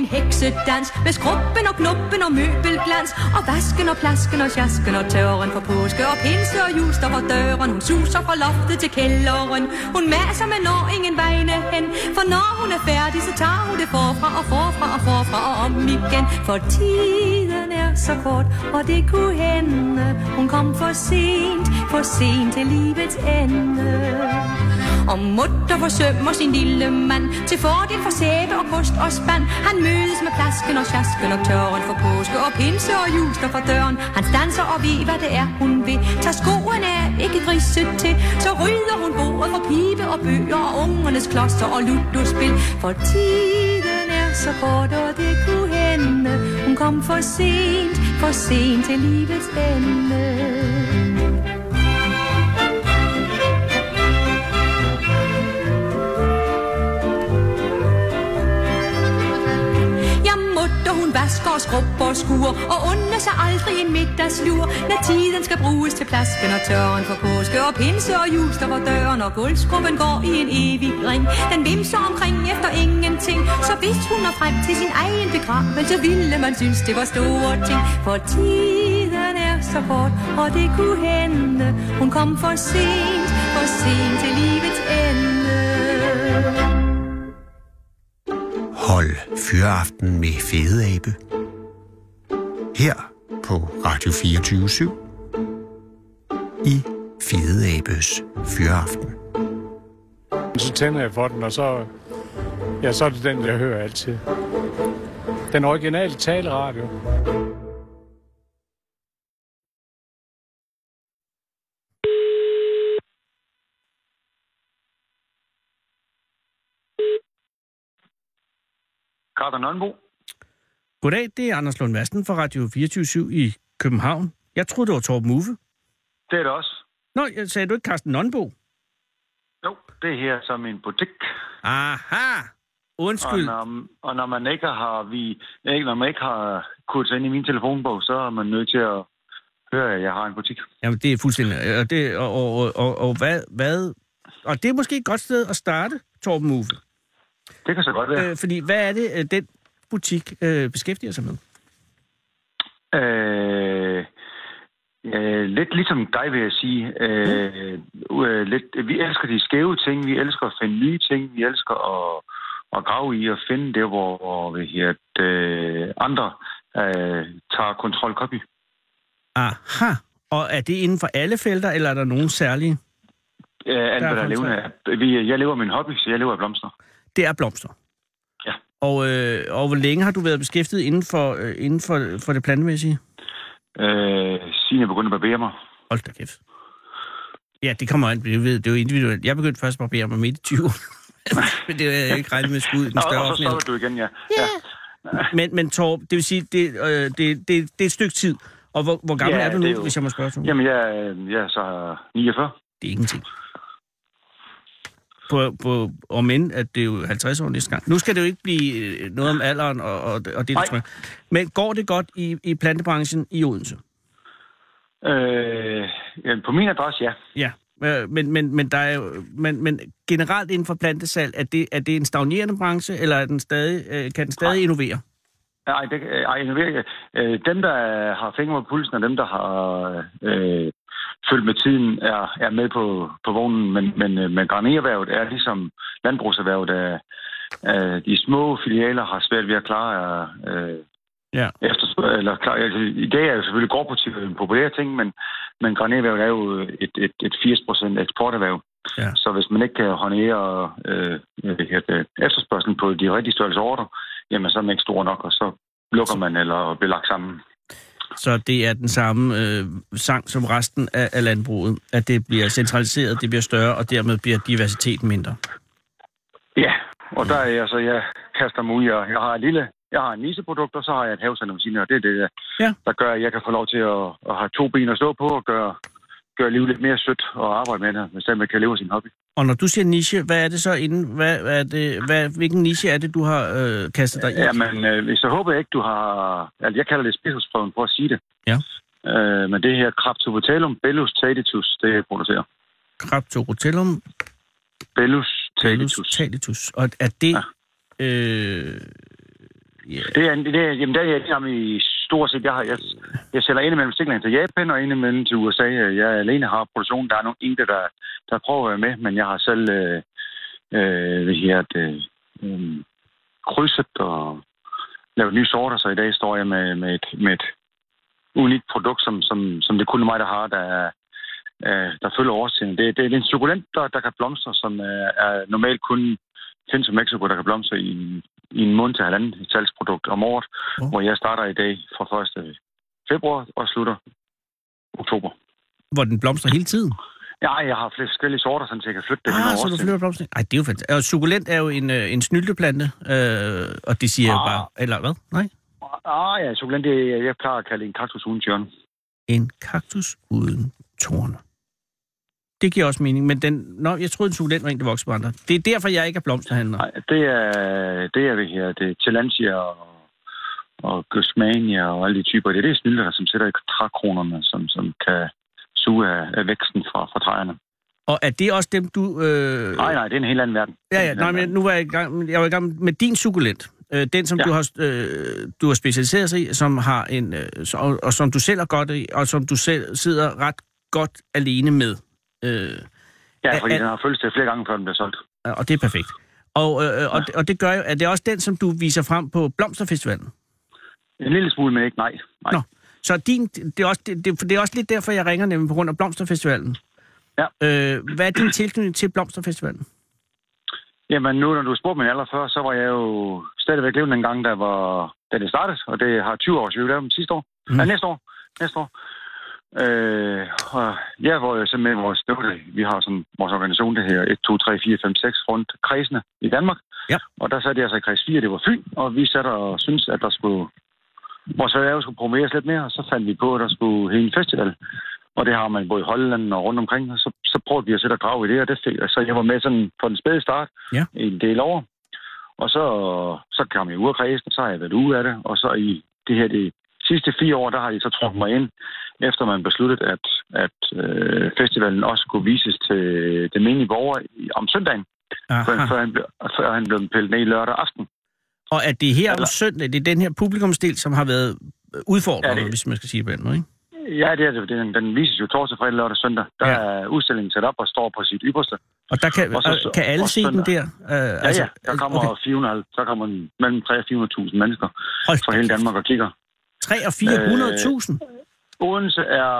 [SPEAKER 7] en heksedans med skrubben og knuppen og møbelglans og vasken og plasken og sjasken og tørren for påske og pinse og juster for døren. Hun suser fra loftet til kælderen. Hun maser, men når ingen vegne hen, for når hun er færdig, så tager hun det forfra og forfra og forfra og om igen. For tiden er så kort, og det kunne hende hun kom for sent, for sent til livets ende. Og mutter forsømmer sin lille mand til fordel for sæbe og kost og spand. Han mødes med plasken og sjasken og tørren for påske og pinse og juster for døren. Han standser og ved, hvad det er, hun vil. Tag skoen af, ikke grise til. Så rydder hun bordet for pibe og bøger og ungernes kloster og ludospil. For tiden er så kort, og det kunne hende hun kom for sent, for sent til livets ende. Vasker og skrubber og skuer og under sig aldrig en middagslur. Når tiden skal bruges til plasken og tørren for påske og pinse og juster for døren og gulvskrubben går i en evig ring. Den vimser omkring efter ingenting. Så hvis hun når frem til sin egen begravelse, ville man synes det var store ting. For tiden er så kort, og det kunne hende hun kom for sent, for sent til livets ende.
[SPEAKER 3] Hold Fyraften med Fede Abe. Her på Radio fireogtyve syv i Fede Abes Fyraften.
[SPEAKER 8] Så tænder jeg for den, og så, ja, så er det den, jeg hører altid. Den originale taleradio.
[SPEAKER 9] Carter Nønbo.
[SPEAKER 5] Goddag, det er Anders Lund Madsen fra Radio fireogtyve syv i København. Jeg troede, det var Torben Uffe.
[SPEAKER 9] Det er det også.
[SPEAKER 5] Nå, jeg sagde du ikke Carsten Nønbo?
[SPEAKER 9] Jo, det er her som en butik.
[SPEAKER 5] Aha! Undskyld.
[SPEAKER 9] Og når, og når man ikke har vi, ikke, når man ikke har kurset ind i min telefonbog, så er man nødt til at høre, at jeg har en butik.
[SPEAKER 5] Jamen, det er fuldstændig. Og, det, og, og, og, og, hvad, hvad... og det er måske et godt sted at starte, Torben Uffe.
[SPEAKER 9] Det kan så godt være.
[SPEAKER 5] Øh, fordi hvad er det, den butik øh, beskæftiger sig med?
[SPEAKER 9] Øh, øh, lidt ligesom dig, vil jeg sige. Øh, øh, lidt, vi elsker de skæve ting, vi elsker at finde nye ting, vi elsker at, at grave i og finde det, hvor, hvor vi her, øh, andre øh, tager kontrol-copy.
[SPEAKER 5] Aha. Og er det inden for alle felter, eller er der nogen særlige?
[SPEAKER 9] Øh, alt, hvad der er levende. Jeg lever af min hobby, så jeg lever af blomster.
[SPEAKER 5] Det er blomster?
[SPEAKER 9] Ja.
[SPEAKER 5] Og, øh, og hvor længe har du været beskæftiget inden for, øh, inden for, for det plantemæssige?
[SPEAKER 9] Øh, siden jeg begyndte at barbere mig.
[SPEAKER 5] Hold da kæft. Ja, det kommer an. Det, det er jo individuelt. Jeg begyndte først at barbere mig midt i tyverne. Men det er jeg ikke regnet med at skulle ud i den større offentlighed.
[SPEAKER 9] Og så stopper du igen, ja.
[SPEAKER 5] ja. Men, men Torb, det vil sige, det, øh, det, det, det er et stykke tid. Og hvor, hvor gammel
[SPEAKER 9] ja,
[SPEAKER 5] er du nu,
[SPEAKER 9] er jo...
[SPEAKER 5] hvis jeg må spørge, Torb?
[SPEAKER 9] Jamen, jeg, jeg er så niogfyrre.
[SPEAKER 5] Det er ingenting. På, på, om end, at det er jo halvtreds år næste gang. Nu skal det jo ikke blive noget om alderen og, og, og det, der Men går det godt i, i plantebranchen i Odense?
[SPEAKER 9] Øh, ja, på min adresse, ja.
[SPEAKER 5] Ja, men, men, men, der er jo, men, men generelt inden for plantesalg, er det, er det en stagnerende branche, eller er den stadig, kan den stadig Ej. innovere?
[SPEAKER 9] Nej, det, ej, innovere. Dem, der har fingre på pulsen, og dem, der har øh, følt med tiden, er, er med på, på vognen, men, men, men granererhvervet er ligesom landbrugserhvervet. Er, er, de små filialer har svært ved at klare øh,
[SPEAKER 5] ja.
[SPEAKER 9] efter, eller klar, altså, i dag er jo selvfølgelig gårdbutikker en populær ting, men, men granererhvervet er jo et, et, et firs procent eksporterhverv.
[SPEAKER 5] Ja.
[SPEAKER 9] Så hvis man ikke kan håndtere øh, efterspørgselen på de rigtige størrelse ordre, jamen så er man ikke stor nok, og så lukker man eller bliver lagt sammen.
[SPEAKER 5] Så det er den samme øh, sang som resten af, af landbruget, at det bliver centraliseret, det bliver større, og dermed bliver diversiteten mindre?
[SPEAKER 9] Ja, og der er jeg så, jeg kaster mig ud, og jeg har en lille, jeg har en nicheprodukt, og så har jeg et havesandemacine, og det er det,
[SPEAKER 5] ja.
[SPEAKER 9] der gør, at jeg kan få lov til at, at have to ben at stå på, og gøre, gøre livet lidt mere sødt og arbejde med det, hvis man kan leve sin hobby.
[SPEAKER 5] Og når du siger niche, hvad er det så inden? Hvad, hvad er det, hvad, hvilken niche er det, du har øh, kastet dig i?
[SPEAKER 9] Jamen, øh, så håber jeg ikke, du har... Altså, jeg kalder det spidselsprøven for at sige det.
[SPEAKER 5] Ja.
[SPEAKER 9] Øh, men det her Craптobutellum bellus tacitus, det jeg producerer.
[SPEAKER 5] Craптobutellum
[SPEAKER 9] bellus tacitus.
[SPEAKER 5] tacitus. Og er det... Ja. Øh, Yeah.
[SPEAKER 9] Det er, det er, jamen, der er jeg jamen, i stort set. Jeg, har, jeg, jeg sælger indimellem stiklerne til Japan og indimellem til U S A. Jeg alene har produktion. Der er nogle enkelte, der, der prøver at være med, men jeg har selv øh, øh, hvad her, det, øh, krydset og lavet nye sorter, så i dag står jeg med, med, et, med et unikt produkt, som, som, som det kun er mig, der har, der, øh, der følger årstiden. Det, det er en sukulent, der, der kan blomstre, som er, er normalt kun findes i Mexico, der kan blomstre i, i en måned til halvanden et salgsprodukt om året, oh. hvor jeg starter i dag fra første februar og slutter oktober.
[SPEAKER 5] Hvor den blomstrer hele tiden?
[SPEAKER 9] Ja, jeg har flere forskellige sorter, så jeg kan flytte det.
[SPEAKER 5] Ah, så du flytter blomster? Ej, det er jo fantastisk. Og sukulent er jo en, en snylteplante, øh, og det siger ah. jo bare... Eller hvad? Nej?
[SPEAKER 9] Ah, ja, sukulent, det jeg plejer at kalde en kaktus uden tjørne.
[SPEAKER 5] En kaktus uden torne. Det giver også mening, men den... Nå, jeg troede, en sukulent var en, der vokser på andre. Det er derfor, jeg ikke er blomsterhandler.
[SPEAKER 9] Nej, det er det er det her. Det er Tillandsia og, og Guzmania og alle de typer. Det er det snyltere, som sætter i trækronerne, som, som kan suge af, af væksten fra, fra træerne.
[SPEAKER 5] Og er det også dem, du... Øh...
[SPEAKER 9] Nej, nej, det er en helt anden verden.
[SPEAKER 5] Ja, ja, nej, men nu var jeg i gang, jeg var i gang med din sukulent. Øh, den, som ja. du, har, øh, du har specialiseret sig i, som har en, øh, og, og som du selv er godt i, og som du selv sidder ret godt alene med. Øh,
[SPEAKER 9] ja, fordi er, den har følt sig flere gange, før den bliver solgt.
[SPEAKER 5] Og det er perfekt. Og, øh, og, og det gør jo, at det er også den, som du viser frem på Blomsterfestivalen?
[SPEAKER 9] En lille smule, men ikke nej. nej.
[SPEAKER 5] Nå, så din, det, er også, det, det er også lidt derfor, jeg ringer nemlig på grund af Blomsterfestivalen.
[SPEAKER 9] Ja.
[SPEAKER 5] Øh, hvad er din tilknytning til Blomsterfestivalen?
[SPEAKER 9] Jamen nu, når du spurgte mig alder før, så var jeg jo stadigvæk levende en gang, der var, da det startede, og det har tyve års jubilæum sidste år. Mm. Ja, næste år. Næste år. Øh, og jeg var jo simpelthen vores støtte. Vi har sådan vores organisation, det her et, to, tre, fire, fem, seks rundt kredsene i Danmark.
[SPEAKER 5] Ja.
[SPEAKER 9] Og der satte jeg så i kreds fire, det var Fyn, og vi satte og syntes, at der skulle vores erhverv skulle promoveres lidt mere, og så fandt vi på, at der skulle hele en festival. Og det har man både i Holland og rundt omkring, og så, så prøvede vi at sætte og grave i det, og det fik, så jeg var med sådan på den spæde start
[SPEAKER 5] ja.
[SPEAKER 9] i en del år. Og så, så kom jeg ud af kredsen, og så har jeg været ude af det, og så i det her, de sidste fire år, der har de så trukket mig ind, efter man besluttede, at, at øh, festivalen også skulle vises til det menige borgere om søndagen, før, før, han blev, før han blev pillet ned i lørdag aften.
[SPEAKER 5] Og at det her om søndag, det er den her publikumsdel, som har været udfordret, ja, hvis man skal sige det på den måde, ikke?
[SPEAKER 9] Ja, det er det. Den, den vises jo torsdag, fredag, lørdag og søndag. Der ja. er udstillingen sat op og står på sit ypperste.
[SPEAKER 5] Og der kan, og så, kan alle se den der? Uh,
[SPEAKER 9] ja, altså, ja. Der kommer, okay. fire hundrede, der kommer mellem tre hundrede og fire hundrede tusind mennesker Hold fra hele Danmark og kigger.
[SPEAKER 5] tre hundrede og fire hundrede tusind?
[SPEAKER 9] Øh, Odense er...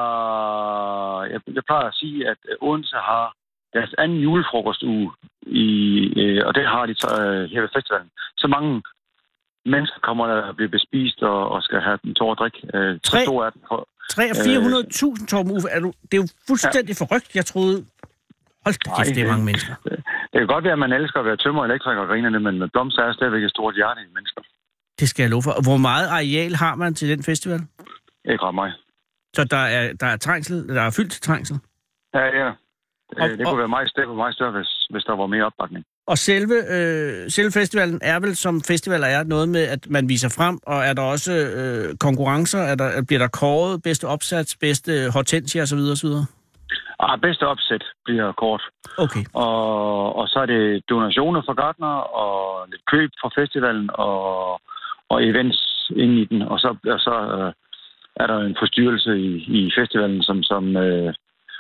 [SPEAKER 9] Jeg, jeg plejer at sige, at Odense har deres anden julefrokostuge, i, øh, og det har de øh, her ved festivalen. Så mange mennesker kommer der at blive bespist og, og skal have en tår at drikke. Øh,
[SPEAKER 5] tre hundrede og fire hundrede tusind, Torben Uffe. Er du, det er jo fuldstændig ja. forrygt. Jeg troede... Hold da kæft, det er mange mennesker.
[SPEAKER 9] Det kan godt være, at man elsker at være tømmer, elektriker og grinerne, men med blomster er stadigvæk et stort hjerte i mennesker.
[SPEAKER 5] Det skal jeg love for. Hvor meget areal har man til den festival?
[SPEAKER 9] Ikke ret meget.
[SPEAKER 5] Så der er, der er trængsel, der er fyldt til trængsel?
[SPEAKER 9] Ja, ja. Det, og, det kunne og, være meget større, meget større hvis, hvis der var mere opbakning.
[SPEAKER 5] Og selve, øh, selve festivalen er vel, som festivaler er, noget med, at man viser frem, og er der også øh, konkurrencer? Er der, bliver der kåret bedste opsats, bedste hortensia osv. osv.?
[SPEAKER 9] Ah, bedste opsæt bliver kort.
[SPEAKER 5] Okay.
[SPEAKER 9] Og, og så er det donationer for gartner, og lidt køb for festivalen, og, og events ind i den. Og så, og så øh, er der en forstyrrelse i, i festivalen, som, som, øh,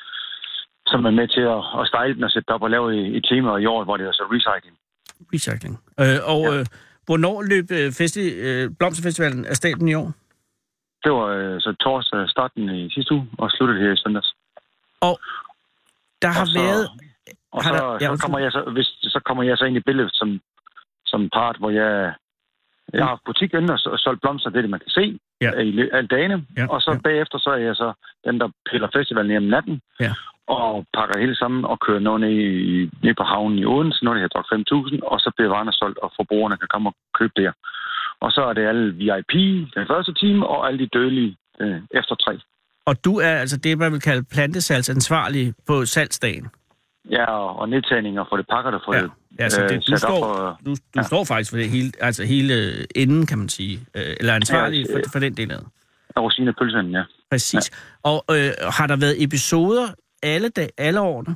[SPEAKER 9] som er med til at, at style den og sætte op og lave et tema i år, hvor det er så recycling.
[SPEAKER 5] Recycling. Øh, og ja. øh, hvornår løb festi- øh, Blomsterfestivalen af staten i år?
[SPEAKER 9] Det var øh, så torsdag starten i sidste uge, og sluttede her i søndags.
[SPEAKER 5] Og der har
[SPEAKER 9] og så,
[SPEAKER 5] været...
[SPEAKER 9] Og
[SPEAKER 5] har
[SPEAKER 9] så,
[SPEAKER 5] der, ja,
[SPEAKER 9] så, kommer jeg så, hvis, så kommer jeg så ind i billedet som, som part, hvor jeg, jeg har butik inde og, og solgt blomster, det er det, man kan se ja. i alle dagene. Ja, og så ja. bagefter så er jeg så den, der piller festivalen hjem natten,
[SPEAKER 5] ja.
[SPEAKER 9] og pakker hele sammen og kører noget ned, i, ned på havnen i Odense, når det her fem tusind, og så bliver varerne solgt, og forbrugerne kan komme og købe der. Og så er det alle V I P den første time, og alle de dødelige øh, efter tre.
[SPEAKER 5] Og du er altså det, man vil kalde plantesalgsansvarlig på salgsdagen?
[SPEAKER 9] Ja, og, og nedtagninger for det pakker, der får
[SPEAKER 5] ja.
[SPEAKER 9] det
[SPEAKER 5] ja, så det,
[SPEAKER 9] øh,
[SPEAKER 5] du, står,
[SPEAKER 9] for,
[SPEAKER 5] du, du ja. står faktisk for det hele, altså hele enden, kan man sige. Øh, eller ansvarlig ja, for, for den del af det.
[SPEAKER 9] Rosine pølsen, ja.
[SPEAKER 5] Præcis. Ja. Og øh, har der været episoder alle, dag, alle årene?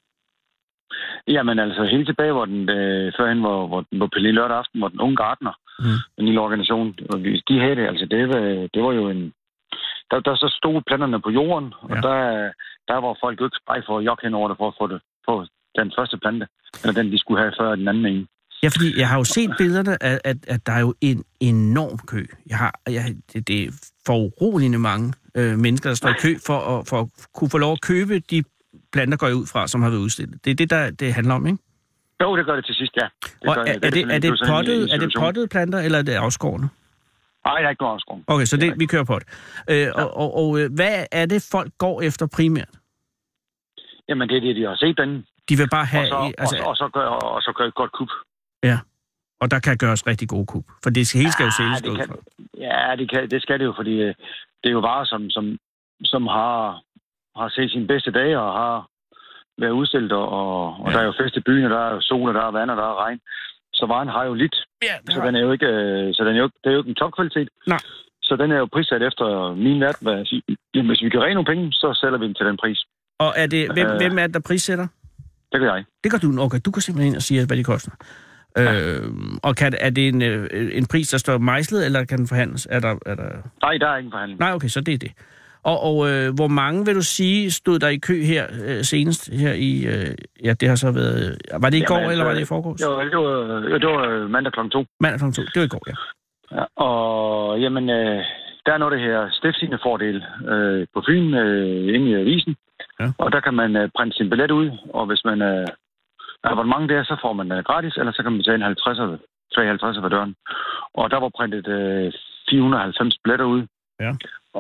[SPEAKER 9] Jamen altså, helt tilbage, hvor den, øh, førhen, hvor, hvor den var pillet lørdag aften, hvor den unge gartner mm. en lille organisation. Og de havde det, altså det var, det var jo en... Der, der så stod planterne på jorden, og ja. der, der var folk jo ikke sprej for at jogge hen over det, for at få, det, få den første plante, eller den, de skulle have før den anden ene.
[SPEAKER 5] Ja, fordi jeg har jo set billederne af, at, at der er jo en enorm kø. Jeg har, jeg, det, det er foruroligende mange øh, mennesker, der står i kø for at, for at kunne få lov at købe de planter, går jeg ud fra, som har været udstillet. Det er det, der det handler om, ikke?
[SPEAKER 9] Jo, det gør det til sidst, ja. Det
[SPEAKER 5] og
[SPEAKER 9] gør,
[SPEAKER 5] er,
[SPEAKER 9] det,
[SPEAKER 5] er, det, er, det pottet, er det pottede planter, eller er det afskårne?
[SPEAKER 9] Nej, det er ikke noget afskårne.
[SPEAKER 5] Okay, så det, vi kører på det. Øh, ja. Og, og, og hvad er det, folk går efter primært?
[SPEAKER 9] Jamen, det er det, de har set den.
[SPEAKER 5] De vil bare have...
[SPEAKER 9] Og så,
[SPEAKER 5] altså,
[SPEAKER 9] og så, og så, gør, og så gør et godt kub.
[SPEAKER 5] Ja, og der kan gøres rigtig gode kub. For det hele skal jo sælges ud fra.
[SPEAKER 9] Ja, det, kan, det skal det jo, fordi det er jo varer, som, som, som har, har set sine bedste dage og har været udstillet. Og, og ja. Der er jo fest i byen, og der er sol, og der er vand, og der er regn. Så varen har jo lidt. Ja, så den er jo ikke, så den er jo, det er jo ikke en topkvalitet. Nej. Så den er jo prissat efter min verden. Hvis vi kan rene nogle penge, så sælger vi den til den pris.
[SPEAKER 5] Og er det, hvem, øh, hvem er det, der prissætter?
[SPEAKER 9] Det gør jeg.
[SPEAKER 5] Det gør du. Okay, du går simpelthen ind og siger, hvad de koster. Ja. Øh, og kan, er det en, en pris, der står mejslet, eller kan den forhandles? Er der, er der...
[SPEAKER 9] Nej, der er ingen forhandling.
[SPEAKER 5] Nej, okay, så det er det. Og, og øh, hvor mange, vil du sige, stod der i kø her øh, senest? Her i, øh, ja, det har så været... Var det i Jamen, går, altså, eller var det i forgårs?
[SPEAKER 9] Jo, det var, det var mandag klokken to.
[SPEAKER 5] Mandag klokken to, det var i går, ja.
[SPEAKER 9] Ja, og jamen, øh, der er noget, det her stiftsigende fordel øh, på Fyn, øh, inde i avisen. Ja. Og der kan man øh, printe sin billet ud, og hvis man øh, er abonnement der, så får man øh, gratis, eller så kan man betale halvtreds, treoghalvtreds ved døren. Og der var printet øh, fire hundrede og halvfems billetter ud, ja.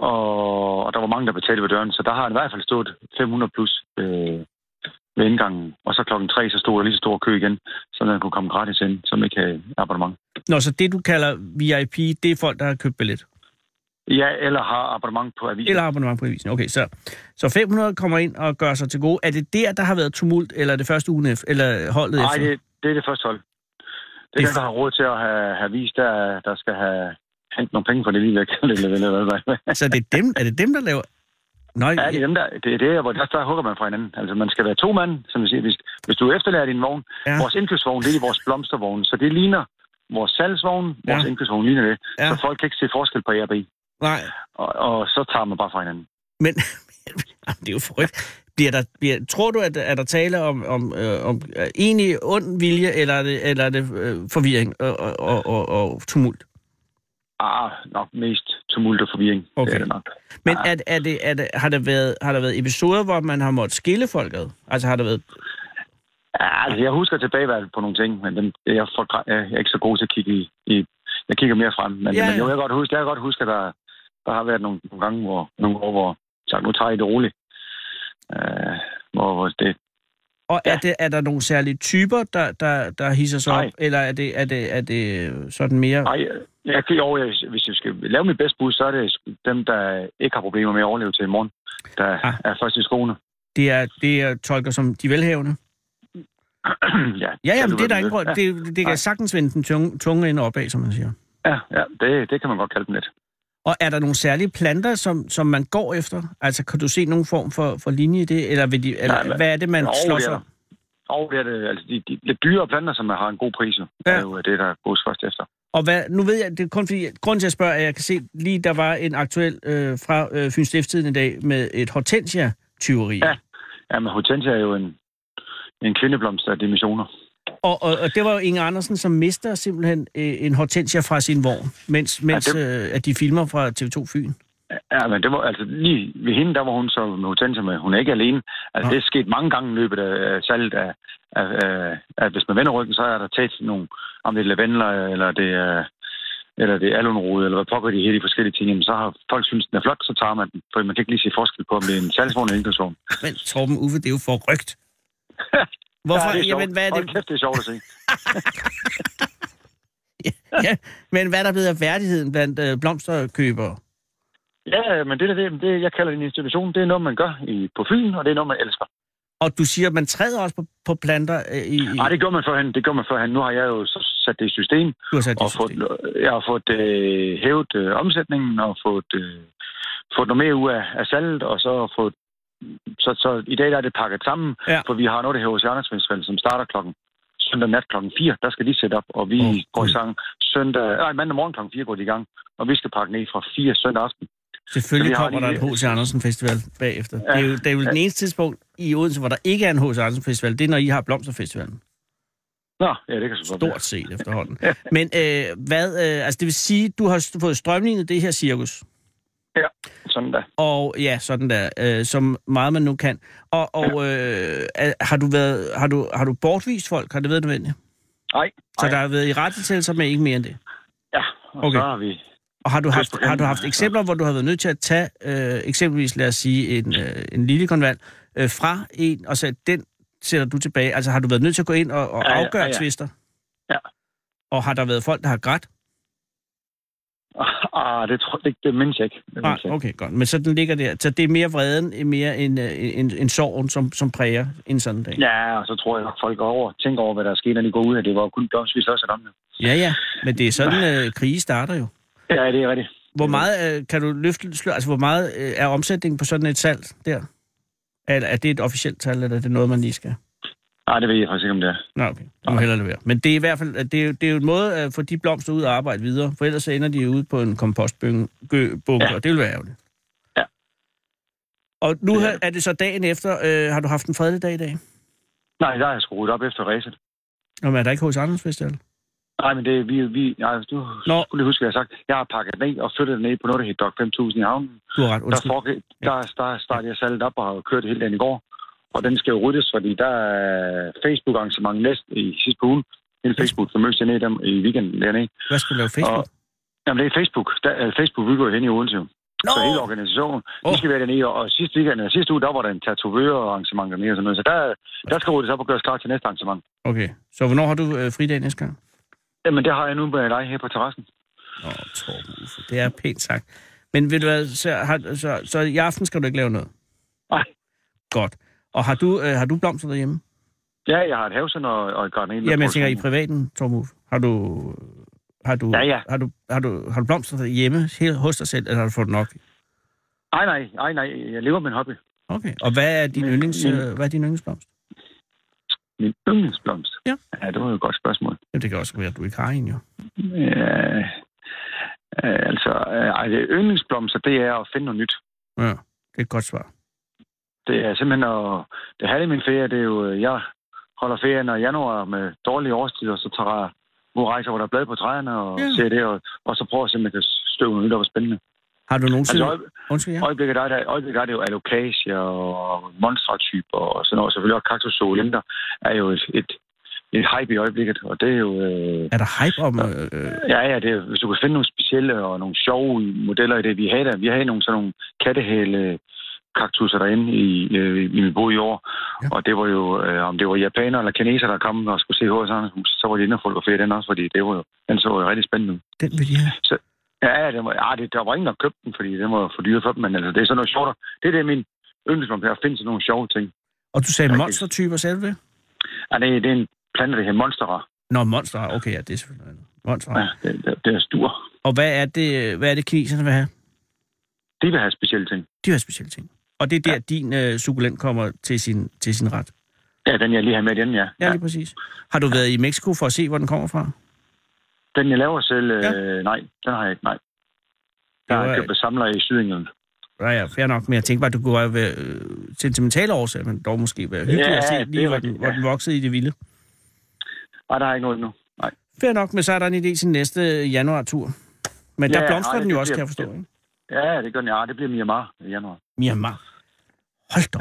[SPEAKER 9] og, og der var mange, der betalte ved døren, så der har i hvert fald stået fem hundrede plus øh, ved indgangen. Og så klokken tre, så stod der lige så stor kø igen, så man kunne komme gratis ind, som ikke havde abonnement.
[SPEAKER 5] Nå, så det, du kalder V I P, det er folk, der har købt billet?
[SPEAKER 9] Ja, eller har abonnement på avisen.
[SPEAKER 5] Eller abonnement på avisen, okay. Så, så fem hundrede kommer ind og gør sig til gode. Er det der, der har været tumult, eller det første ugen efter, eller holdet
[SPEAKER 9] Nej,
[SPEAKER 5] efter? Nej,
[SPEAKER 9] det, det er det første hold. Det er det den, der har råd til at have, have vist, der, der skal have hentet nogle penge for det lige væk.
[SPEAKER 5] Så det er, dem, er det dem, der laver... Nå,
[SPEAKER 9] ja, det er dem, der, det er det, hvor der, der hugger man fra hinanden. Altså, man skal være to mand, som vi siger. Hvis, hvis du efterlader din vogn, ja. Vores indkøbsvogn, det er vores blomstervogn, så det ligner vores salgsvogn, vores ja. Indkøbsvogn ligner det. Ja. Så folk kan ikke se forskel på A og B.
[SPEAKER 5] Nej.
[SPEAKER 9] Og, og så tager man bare fra hinanden.
[SPEAKER 5] Men, det er jo forrygt. Bliver der, bliver, tror du, at er der tale om, om, øh, om øh, egentlig ond vilje, eller er det, eller er det øh, forvirring og, og, og, og tumult?
[SPEAKER 9] Ah, nok mest tumult og forvirring.
[SPEAKER 5] Okay.
[SPEAKER 9] Det er det nok.
[SPEAKER 5] Men er, er det, er det, har, der været, har der været episoder, hvor man har måttet skille folk ad? Altså har der været...
[SPEAKER 9] Ja, altså jeg husker tilbage på nogle ting, men den, jeg, for, jeg er ikke så god til at kigge i... i jeg kigger mere frem, men, ja, ja. men jo, jeg kan godt huske, jeg kan godt huske, at der, der har været nogle, nogle gange, hvor nogle år, hvor så nu tager I det roligt. Uh, hvor, hvor det...
[SPEAKER 5] Og ja. er, det, er der nogle særlige typer, der, der, der hisser sig op, eller er det, er, det, er det sådan mere...
[SPEAKER 9] Nej, jeg kan over, hvis jeg skal lave mit bedste bud, så er det dem, der ikke har problemer med at overleve til i morgen, der ah. er først i skoene.
[SPEAKER 5] Det er, det er tolker som de velhavende?
[SPEAKER 9] ja,
[SPEAKER 5] ja, jamen, det er der ingen grund. Ja. Det, det kan sagtens vende den tunge, tunge ind opad, som man siger.
[SPEAKER 9] Ja, ja det, det kan man godt kalde dem lidt.
[SPEAKER 5] Og er der nogle særlige planter, som, som man går efter? Altså, kan du se nogen form for, for linje i det? Eller, vil de, eller Nej, hvad er det, man slår sig?
[SPEAKER 9] Og det er det. Altså, de, de lidt dyre planter, som har en god pris, ja. er jo det, der gås først efter.
[SPEAKER 5] Og hvad, nu ved jeg, det er kun fordi, grund til at spørge, at jeg kan se, lige der var en aktuel øh, fra øh, Fyns Stiftstidende i dag med et hortensia-tyveri.
[SPEAKER 9] Ja, ja men hortensia er jo en, en kvindeblomst af dimensioner.
[SPEAKER 5] Og, og, og det var jo Inge Andersen, som mister simpelthen øh, en hortensia fra sin vogn, mens, mens ja, det... øh, at de filmer fra T V to Fyn.
[SPEAKER 9] Ja, men det var altså lige ved hende, der var hun så med hortensia med. Hun er ikke alene. Altså, ja. Det er sket mange gange i løbet af salget af, af, af, af, hvis man vender ryggen, så er der tæt nogle, om det er lavendler, eller det er, eller det er alunrode, eller hvad pokker de her de forskellige ting. Jamen, så har folk synes, den er flot, så tager man den. For man kan ikke lige se forskel på, om det er en salgsvogn eller en indkøbsvogn.
[SPEAKER 5] Men Torben Uffe, det er jo forrygt. Hvorfor?
[SPEAKER 9] Ja, det er
[SPEAKER 5] Jamen, hvad er det?
[SPEAKER 9] Hold kæft, det er sjovt at se.
[SPEAKER 5] ja, ja, men hvad er der blevet af værdigheden blandt øh, blomsterkøbere?
[SPEAKER 9] Ja, men det er det, det, jeg kalder en institution, det er noget, man gør i, på Fyn, og det er noget, man elsker.
[SPEAKER 5] Og du siger, at man træder også på, på planter øh, i...
[SPEAKER 9] Nej, det gør man førhen. Det gør man førhen. Nu har jeg jo så sat det i system.
[SPEAKER 5] Du har sat det
[SPEAKER 9] og
[SPEAKER 5] i system.
[SPEAKER 9] Fået, jeg har fået øh, hævet øh, omsætningen, og fået, øh, fået noget mere ud af, af salget, og så fået... Så, så i dag der er det pakket sammen, ja. For vi har noget, der hedder Oceanernes Festival, som starter klokken søndag nat klokken fire, der skal de sætte op, og vi oh, går i sang søndag, nej, mandag morgen klokken fire går de i gang, og vi skal pakke ned fra fire søndag aften.
[SPEAKER 5] Selvfølgelig kommer der en H C. Andersen Festival bagefter. Ja, det er jo, det er jo ja. Den eneste tidspunkt i Odense, hvor der ikke er en H C. Andersen Festival, det er, når I har Blomsterfestivalen.
[SPEAKER 9] Nå, ja, det kan så godt være.
[SPEAKER 5] Stort set efterhånden. Ja. Men øh, hvad, øh, altså det vil sige, du har fået strømlignet det her cirkus?
[SPEAKER 9] Ja, sådan der.
[SPEAKER 5] Og ja, sådan der, øh, som meget man nu kan. Og, og øh, har du været, har du, har du bortvist folk? Har det været nødvendigt?
[SPEAKER 9] Nej.
[SPEAKER 5] Så der har været i rettetælser med ikke mere end det?
[SPEAKER 9] Ja, og okay. Så har vi...
[SPEAKER 5] Og har du haft, har du haft eksempler, hvor du har været nødt til at tage, øh, eksempelvis, lad os sige, en, øh, en lille konvent øh, fra en, og så den sætter du tilbage? Altså har du været nødt til at gå ind og, og ja, ja, afgøre ja, ja. tvister?
[SPEAKER 9] Ja.
[SPEAKER 5] Og har der været folk, der har grædt?
[SPEAKER 9] Ah, det tror det, det mindes jeg ikke. Det
[SPEAKER 5] ah, okay, ikke. Godt. Men så den ligger der. Så det er mere vreden, mere en, en, en sorgen, som, som præger en sådan dag?
[SPEAKER 9] Ja, og så tror jeg, at folk går over, tænker over, hvad der sker, når de går ud af det. Var kun blomstvis også om det.
[SPEAKER 5] Ja, ja. Men det er sådan, øh, krige starter jo.
[SPEAKER 9] Ja, det er rigtigt.
[SPEAKER 5] Hvor meget øh, kan du løfte slør? Altså, hvor meget øh, er omsætningen på sådan et salg der? Er, er det et officielt tal, eller er det noget, man lige skal?
[SPEAKER 9] Nej, det ved jeg faktisk ikke, om det er.
[SPEAKER 5] Nå, okay. Det må hellere det være. Men det er i hvert fald, det er, det er jo en måde at få de blomster ud og arbejde videre, for ellers så ender de ude på en kompostbunke, ja. Og det vil være ærgerligt.
[SPEAKER 9] Ja.
[SPEAKER 5] Og nu ja. er det så dagen efter, øh, har du haft en fredelig dag i dag?
[SPEAKER 9] Nej, der er jeg skruet op efter ræset.
[SPEAKER 5] Nå, men er der ikke H C. Andersen Festival?
[SPEAKER 9] Nej, men det er vi... vi nej, du Nå. skulle lige huske, hvad jeg har sagt. Jeg har pakket ned og flyttet det ned på noget, der hedder Dok fem tusind i havnen.
[SPEAKER 5] Du har ret, undskyld.
[SPEAKER 9] Der, forge, der, der startede jeg salget op og har kørt hele dagen i går. Og den skal jo ryddes, fordi der er Facebook-arrangement næste i sidste uge. Hele Facebook, så mødes jeg ned dem i weekenden dernede.
[SPEAKER 5] Hvad skal du lave Facebook?
[SPEAKER 9] Og, jamen, det er Facebook. Der, Facebook, vi går hen i Odense. No. Så hele organisationen, oh. de skal være dernede. Og, og sidste weekend, eller sidste uge, der var der en tatovør-arrangement dernede og sådan noget. Så der, der skal ryddes op og gøres klar til næste arrangement.
[SPEAKER 5] Okay. Så hvornår har du øh, fridag næste gang?
[SPEAKER 9] Jamen, det har jeg nu med dig her på terrassen.
[SPEAKER 5] Åh, oh, Torben, det er pænt sagt. Men ved du hvad, så, har, så, så i aften skal du ikke lave noget?
[SPEAKER 9] Nej.
[SPEAKER 5] Godt. Og har du, øh, har du blomster derhjemme?
[SPEAKER 9] Ja, jeg har et havsend og, og et garden.
[SPEAKER 5] Jamen, jeg tænker i privaten, Torben. Har du, har du,
[SPEAKER 9] ja, ja.
[SPEAKER 5] Har du, har du, har du blomster derhjemme helt hos dig selv, eller har du fået nok?
[SPEAKER 9] Nej, nej, nej, nej. Jeg lever med en hobby.
[SPEAKER 5] Okay. Og hvad er din, min, yndlings, min, øh, hvad er din yndlingsblomst?
[SPEAKER 9] Min yndlingsblomst?
[SPEAKER 5] Ja.
[SPEAKER 9] Ja, det var jo et godt spørgsmål.
[SPEAKER 5] Ja, det kan også være, at du ikke har en, jo.
[SPEAKER 9] Ja, øh, altså, øh, det yndlingsblomster, det er at finde noget nyt.
[SPEAKER 5] Ja, det er et godt svar.
[SPEAKER 9] Det er simpelthen, at det halve min ferie, det er jo, jeg holder ferien i januar med dårlige årstider, så tager jeg ud rejser, hvor der er blade på træerne, og ja. ser det, og, og så prøver jeg simpelthen at støve noget nyt, der var spændende.
[SPEAKER 5] Har du nogensinde...
[SPEAKER 9] Altså, øjeblikket, ja. øjeblikket, der, der, øjeblikket der er det jo alocasia og monstratyper og sådan noget. Selvfølgelig også kaktusolinder er jo et, et, et hype i øjeblikket, og det er jo... Øh,
[SPEAKER 5] er der hype om... Øh...
[SPEAKER 9] Ja, ja, det er, hvis du kan finde nogle specielle og nogle sjove modeller i det, vi havde der. Vi havde nogle sådan nogle kattehæle kaktusser derinde i, øh, i mit bo i år, ja. Og det var jo, øh, om det var japanere eller kineser, der kom og skulle se H C. Andersen hus, så var de inde og fotografere den også, fordi det var jo, den så jo rigtig spændende ud.
[SPEAKER 5] Den vil de have?
[SPEAKER 9] Så, ja, det var, ja det, der var ingen, der købte den, fordi den var for dyre for dem, men altså, det er sådan noget sjovt. Det er det, min yndlingsblomst er, at finde sådan nogle sjove ting.
[SPEAKER 5] Og du sagde monstertyper, sagde du det?
[SPEAKER 9] Ja, det, det er en plante, der hedder monstera.
[SPEAKER 5] Nå, monstera, okay, ja, det er selvfølgelig monstera.
[SPEAKER 9] Ja, det, det, det er stor.
[SPEAKER 5] Og hvad er det, hvad er det kineserne vil have?
[SPEAKER 9] De vil have specielle ting.
[SPEAKER 5] De vil have specielle ting. Og det er der, ja. din øh, sukulent kommer til sin, til sin ret?
[SPEAKER 9] Ja, den jeg lige har med den, ja.
[SPEAKER 5] Ja, lige præcis. Har du været i Mexico for at se, hvor den kommer fra?
[SPEAKER 9] Den, jeg laver selv, øh, ja. nej, den har jeg ikke, nej. Jeg har købt samler i Sydengland.
[SPEAKER 5] Ja, ja, fair nok, men jeg tænkte bare, at du kunne være øh, sentimentale årsager, men dog måske være hyggelig ja, at se lige, hvor den, ja. hvor den voksede i det vilde.
[SPEAKER 9] Nej, der er ikke noget endnu, nej.
[SPEAKER 5] Fair nok, men så er der en idé til næste januar-tur. Men ja, der blomstrer den jo også, bliver, kan jeg forstå, ikke?
[SPEAKER 9] Ja, det gør den. Ja, det bliver Myanmar i januar.
[SPEAKER 5] Myanmar? Hold da.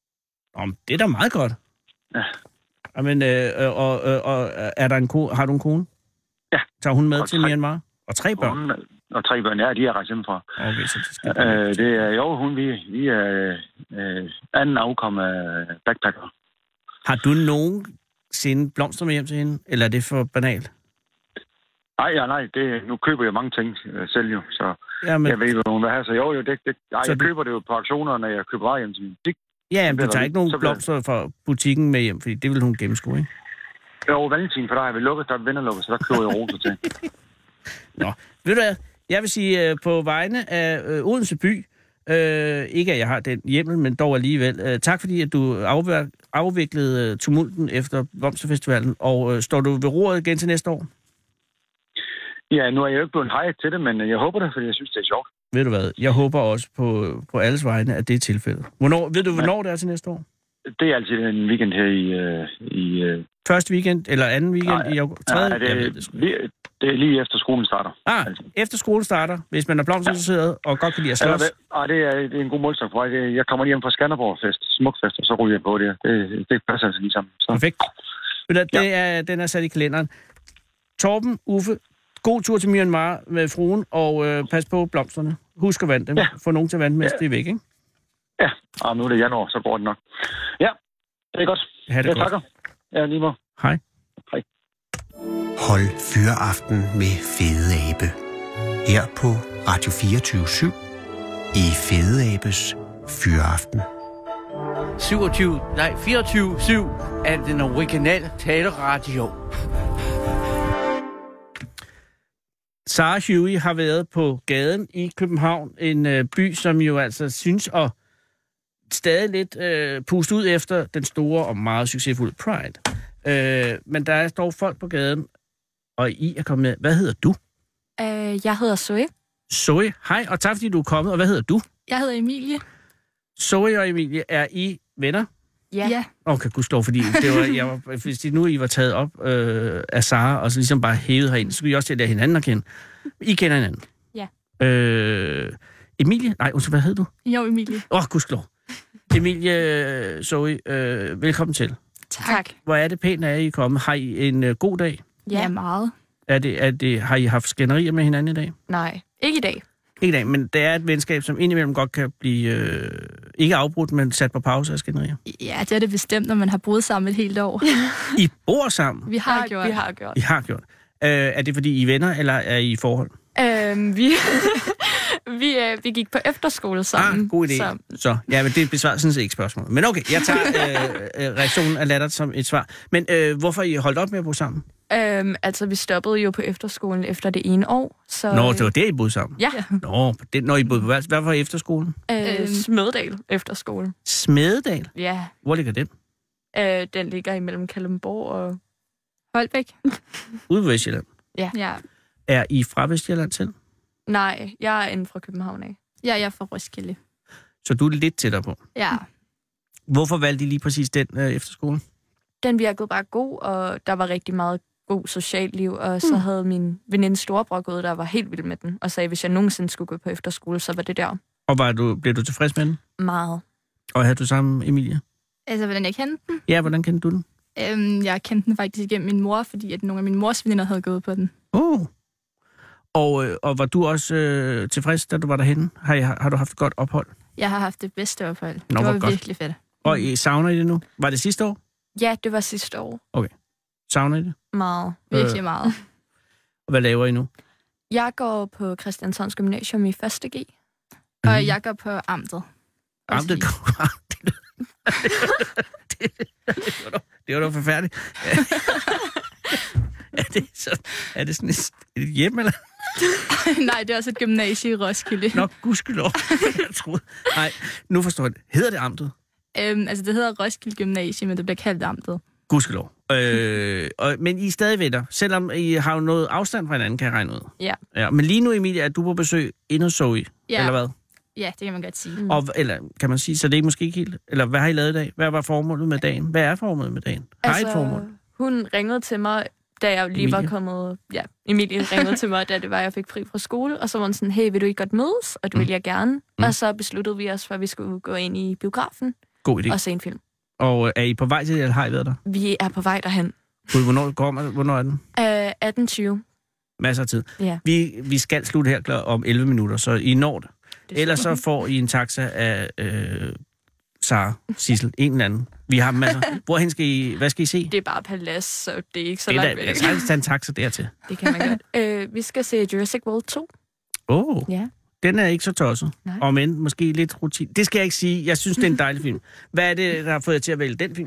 [SPEAKER 5] Om det er da meget godt.
[SPEAKER 9] Ja.
[SPEAKER 5] Men, øh, og, og, og er der en ko- har du en kone?
[SPEAKER 9] Ja.
[SPEAKER 5] Tager hun med
[SPEAKER 9] og
[SPEAKER 5] til
[SPEAKER 9] tre,
[SPEAKER 5] Myanmar? Og tre børn?
[SPEAKER 9] Hun, og tre børn, ja, de er rejst hjemmefra.
[SPEAKER 5] Okay, så det skal
[SPEAKER 9] øh, det er jo, hun, vi, vi er øh, anden afkom af backpacker.
[SPEAKER 5] Har du nogensinde blomster med hjem til hende? Eller er det for banalt?
[SPEAKER 9] Nej, ja, nej, det, nu køber jeg mange ting øh, selv jo, så ja, men... jeg ved ikke, hvad hun vil have. Så jo, jo, det, det, ej, jeg du... køber det jo på auktioner, når jeg køber varer hjem til min butik.
[SPEAKER 5] Ja, men du tager ikke nogen blomster fra butikken med hjem, fordi det vil hun gennemskue, ikke?
[SPEAKER 9] Jo, Valentin, for der har vi lukket, der er vinterlukket, så der køber jeg roser til.
[SPEAKER 5] Nå, ved du hvad? Jeg vil sige, på vegne af øh, Odense by, Øh, ikke at jeg har den hjemmel, men dog alligevel. Øh, tak fordi, at du afvær- afviklede tumulten efter Blomsterfestivalen. Og øh, står du ved roret igen til næste år?
[SPEAKER 9] Ja, nu er jeg jo ikke blevet hejret til det, men jeg håber det, fordi jeg synes, det er sjovt.
[SPEAKER 5] Ved du hvad? Jeg håber også på, på alles vegne, at det er tilfældet. Hvornår, ved du, hvornår ja. det er til næste år?
[SPEAKER 9] Det er altid en weekend her i... Øh, i øh...
[SPEAKER 5] Første weekend, eller anden weekend
[SPEAKER 9] nej,
[SPEAKER 5] i august? Tredje?
[SPEAKER 9] Nej, det, er,
[SPEAKER 5] det,
[SPEAKER 9] lige, det er lige efter skolen starter.
[SPEAKER 5] Ah, altså. Efter skolen starter, hvis man er blomsterinteresseret ja. og godt kan lide at slås.
[SPEAKER 9] Ja, det, er, det er en god målstok for mig. Jeg kommer hjem fra Skanderborg-fest, Smukfest, og så ryger jeg på det. Det, det passer altså lige sammen. Så.
[SPEAKER 5] Perfekt. Det
[SPEAKER 9] ja.
[SPEAKER 5] er, den er sat i kalenderen. Torben, Uffe, god tur til Myanmar med fruen, og øh, pas på blomsterne. Husk at vande dem. Ja. Få nogen til at vande, mens ja. det er væk, ikke?
[SPEAKER 9] Ja, og nu er det januar, så går det nok. Ja, det er godt.
[SPEAKER 5] Ha' det
[SPEAKER 9] jeg
[SPEAKER 5] godt.
[SPEAKER 9] takker. Ja, lige måde.
[SPEAKER 5] Hej.
[SPEAKER 9] Hej.
[SPEAKER 3] Hold Fyraften med Fede Abe. Her på Radio fireogtyve syv i Fede Abes Fyraften.
[SPEAKER 10] syvogtyve, nej, fireogtyve syv er den originale taleradio.
[SPEAKER 5] Sarah Huey har været på gaden i København, en øh, by, som jo altså synes at stadig lidt øh, puste ud efter den store og meget succesfulde Pride. Øh, men der er dog folk på gaden, og I er kommet med. Hvad hedder du?
[SPEAKER 11] Uh, jeg hedder Zoe.
[SPEAKER 5] Zoe, hej, og tak fordi du er kommet. Og hvad hedder du?
[SPEAKER 11] Jeg hedder Emilie.
[SPEAKER 5] Zoe og Emilie, er I venner?
[SPEAKER 11] Ja. ja.
[SPEAKER 5] Okay, gudslov, fordi det var, jeg var, hvis de nu I var taget op øh, af Sarah, og så ligesom bare hævet herind, så skulle I også til at lære hinanden at kende. I kender hinanden?
[SPEAKER 11] Ja.
[SPEAKER 5] Øh, Emilie? Nej, hvad hed du?
[SPEAKER 11] Jo, Emilie.
[SPEAKER 5] Åh, oh, gudslov. Emilie, Zoe, øh, velkommen til.
[SPEAKER 11] Tak.
[SPEAKER 5] Hvor er det pænt, at I er kommet. Har I en øh, god dag?
[SPEAKER 11] Ja, meget.
[SPEAKER 5] Er det, er det, har I haft skænderier med hinanden i dag?
[SPEAKER 11] Nej, ikke i dag.
[SPEAKER 5] Ikke i dag, men det er et venskab, som indimellem godt kan blive øh, ikke afbrudt, men sat på pause af skænderier.
[SPEAKER 11] Ja, det er det bestemt, når man har boet sammen et helt år.
[SPEAKER 5] I bor sammen?
[SPEAKER 11] Vi har gjort.
[SPEAKER 12] Vi har gjort.
[SPEAKER 5] I har gjort. Øh, er det, fordi I er venner, eller er I i forhold?
[SPEAKER 11] Øhm, vi, vi, øh, vi gik på efterskole sammen.
[SPEAKER 5] Ah, god idé.
[SPEAKER 11] Så,
[SPEAKER 5] så ja, men det besvarer sådan set ikke spørgsmålet. Men okay, jeg tager øh, øh, reaktionen af lattert som et svar. Men øh, hvorfor I holdt op med at bo sammen?
[SPEAKER 12] Øhm, altså, vi stoppede jo på efterskolen efter det ene år. Så,
[SPEAKER 5] Nå, det var det, I boede sammen?
[SPEAKER 12] Ja.
[SPEAKER 5] Nå, det, når I boede på hvad, hvad var efterskolen?
[SPEAKER 12] Øh, Smededal efterskole.
[SPEAKER 5] Smededal?
[SPEAKER 12] Ja.
[SPEAKER 5] Hvor ligger den?
[SPEAKER 12] Øh, den ligger imellem Kalundborg og
[SPEAKER 11] Holbæk.
[SPEAKER 5] Ude på Vestjylland?
[SPEAKER 12] Ja.
[SPEAKER 11] ja.
[SPEAKER 5] Er I fra Vestjylland selv?
[SPEAKER 12] Nej, jeg er inde fra København af.
[SPEAKER 11] Ja, jeg er fra Roskilde.
[SPEAKER 5] Så du er lidt tættere på?
[SPEAKER 11] Ja.
[SPEAKER 5] Hvorfor valgte I lige præcis den øh, efterskole?
[SPEAKER 12] Den virkede bare god, og der var rigtig meget god socialt liv, og så mm. havde min veninde storebror gået, der var helt vild med den, og sagde, at hvis jeg nogensinde skulle gå på efterskole, så var det der.
[SPEAKER 5] Og var du, blev du tilfreds med den?
[SPEAKER 12] Meget.
[SPEAKER 5] Og havde du sammen, Emilie?
[SPEAKER 11] Altså, hvordan jeg kendte den?
[SPEAKER 5] Ja, hvordan kendte du den?
[SPEAKER 11] Øhm, jeg kendte den faktisk igennem min mor, fordi at nogle af mine mors veninder havde gået på den.
[SPEAKER 5] Oh. Og, øh, og var du også øh, tilfreds, da du var derhenne? Har, I, har du haft et godt ophold?
[SPEAKER 11] Jeg har haft det bedste ophold.
[SPEAKER 5] Nå,
[SPEAKER 11] det var
[SPEAKER 5] godt.
[SPEAKER 11] virkelig fedt.
[SPEAKER 5] Og I savner I det nu? Var det sidste år?
[SPEAKER 12] Ja, det var sidste år.
[SPEAKER 5] Okay. Savner I det?
[SPEAKER 12] Meget.
[SPEAKER 11] Virkelig øh. meget.
[SPEAKER 5] Og hvad laver I nu?
[SPEAKER 12] Jeg går på Christianshavns Gymnasium i første G.
[SPEAKER 11] Mm. Og jeg går på Amtet.
[SPEAKER 5] Amtet? det, det, det, var da, det var da forfærdeligt. er, det så, er det sådan et, et hjem, eller?
[SPEAKER 11] Nej, det er også et gymnasie i Roskilde.
[SPEAKER 5] Nå, gudskelov. Jeg troede. Nej, nu forstår jeg det. Hedder det Amtet?
[SPEAKER 11] Øhm, altså, det hedder Roskilde Gymnasie, men det bliver kaldt Amtet.
[SPEAKER 5] Gudskelov. Øh, og, men I er stadig venner, selvom I har jo noget afstand fra hinanden, kan jeg regne ud.
[SPEAKER 11] Ja.
[SPEAKER 5] Ja. Men lige nu, Emilie, er du på besøg inde hos Zoe,
[SPEAKER 11] ja.
[SPEAKER 5] eller hvad?
[SPEAKER 11] Ja, det kan man godt sige.
[SPEAKER 5] Mm. Og, eller kan man sige, så det er måske ikke helt... Eller hvad har I lavet i dag? Hvad var formålet med dagen? Hvad er formålet med dagen? Har
[SPEAKER 12] altså,
[SPEAKER 5] I et formål?
[SPEAKER 12] Hun ringede til mig, da jeg lige Emilie. var kommet... Ja, Emilie ringede til mig, da det var, jeg fik fri fra skole. Og så var hun sådan, hey, vil du ikke godt mødes? Og det mm. ville jeg gerne. Mm. Og så besluttede vi os for, at vi skulle gå ind i biografen.
[SPEAKER 5] God idé.
[SPEAKER 12] Og se en film.
[SPEAKER 5] Og er I på vej til det, eller har I været der?
[SPEAKER 12] Vi er på vej derhen.
[SPEAKER 5] Hvornår går man? Hvornår er den?
[SPEAKER 12] Uh, atten tyve.
[SPEAKER 5] Masser af tid.
[SPEAKER 12] Ja.
[SPEAKER 5] Vi, vi skal slutte her klar om elleve minutter, så I når det. det Ellers så får I en taxa af øh, Sarah, Sissel, en eller anden. Vi har masser. Hvorhen skal I, hvad skal I se?
[SPEAKER 12] Det er bare palads, så det er ikke så
[SPEAKER 5] det er
[SPEAKER 12] langt
[SPEAKER 5] væk.
[SPEAKER 12] væk.
[SPEAKER 5] Jeg skal tage en taxa dertil.
[SPEAKER 12] Det kan man godt. uh, vi skal se Jurassic World to.
[SPEAKER 5] Åh, oh,
[SPEAKER 12] ja.
[SPEAKER 5] Den er ikke så tosset.
[SPEAKER 12] Nej.
[SPEAKER 5] Og men måske lidt rutin. Det skal jeg ikke sige. Jeg synes, det er en dejlig film. Hvad er det, der har fået jer til at vælge den film?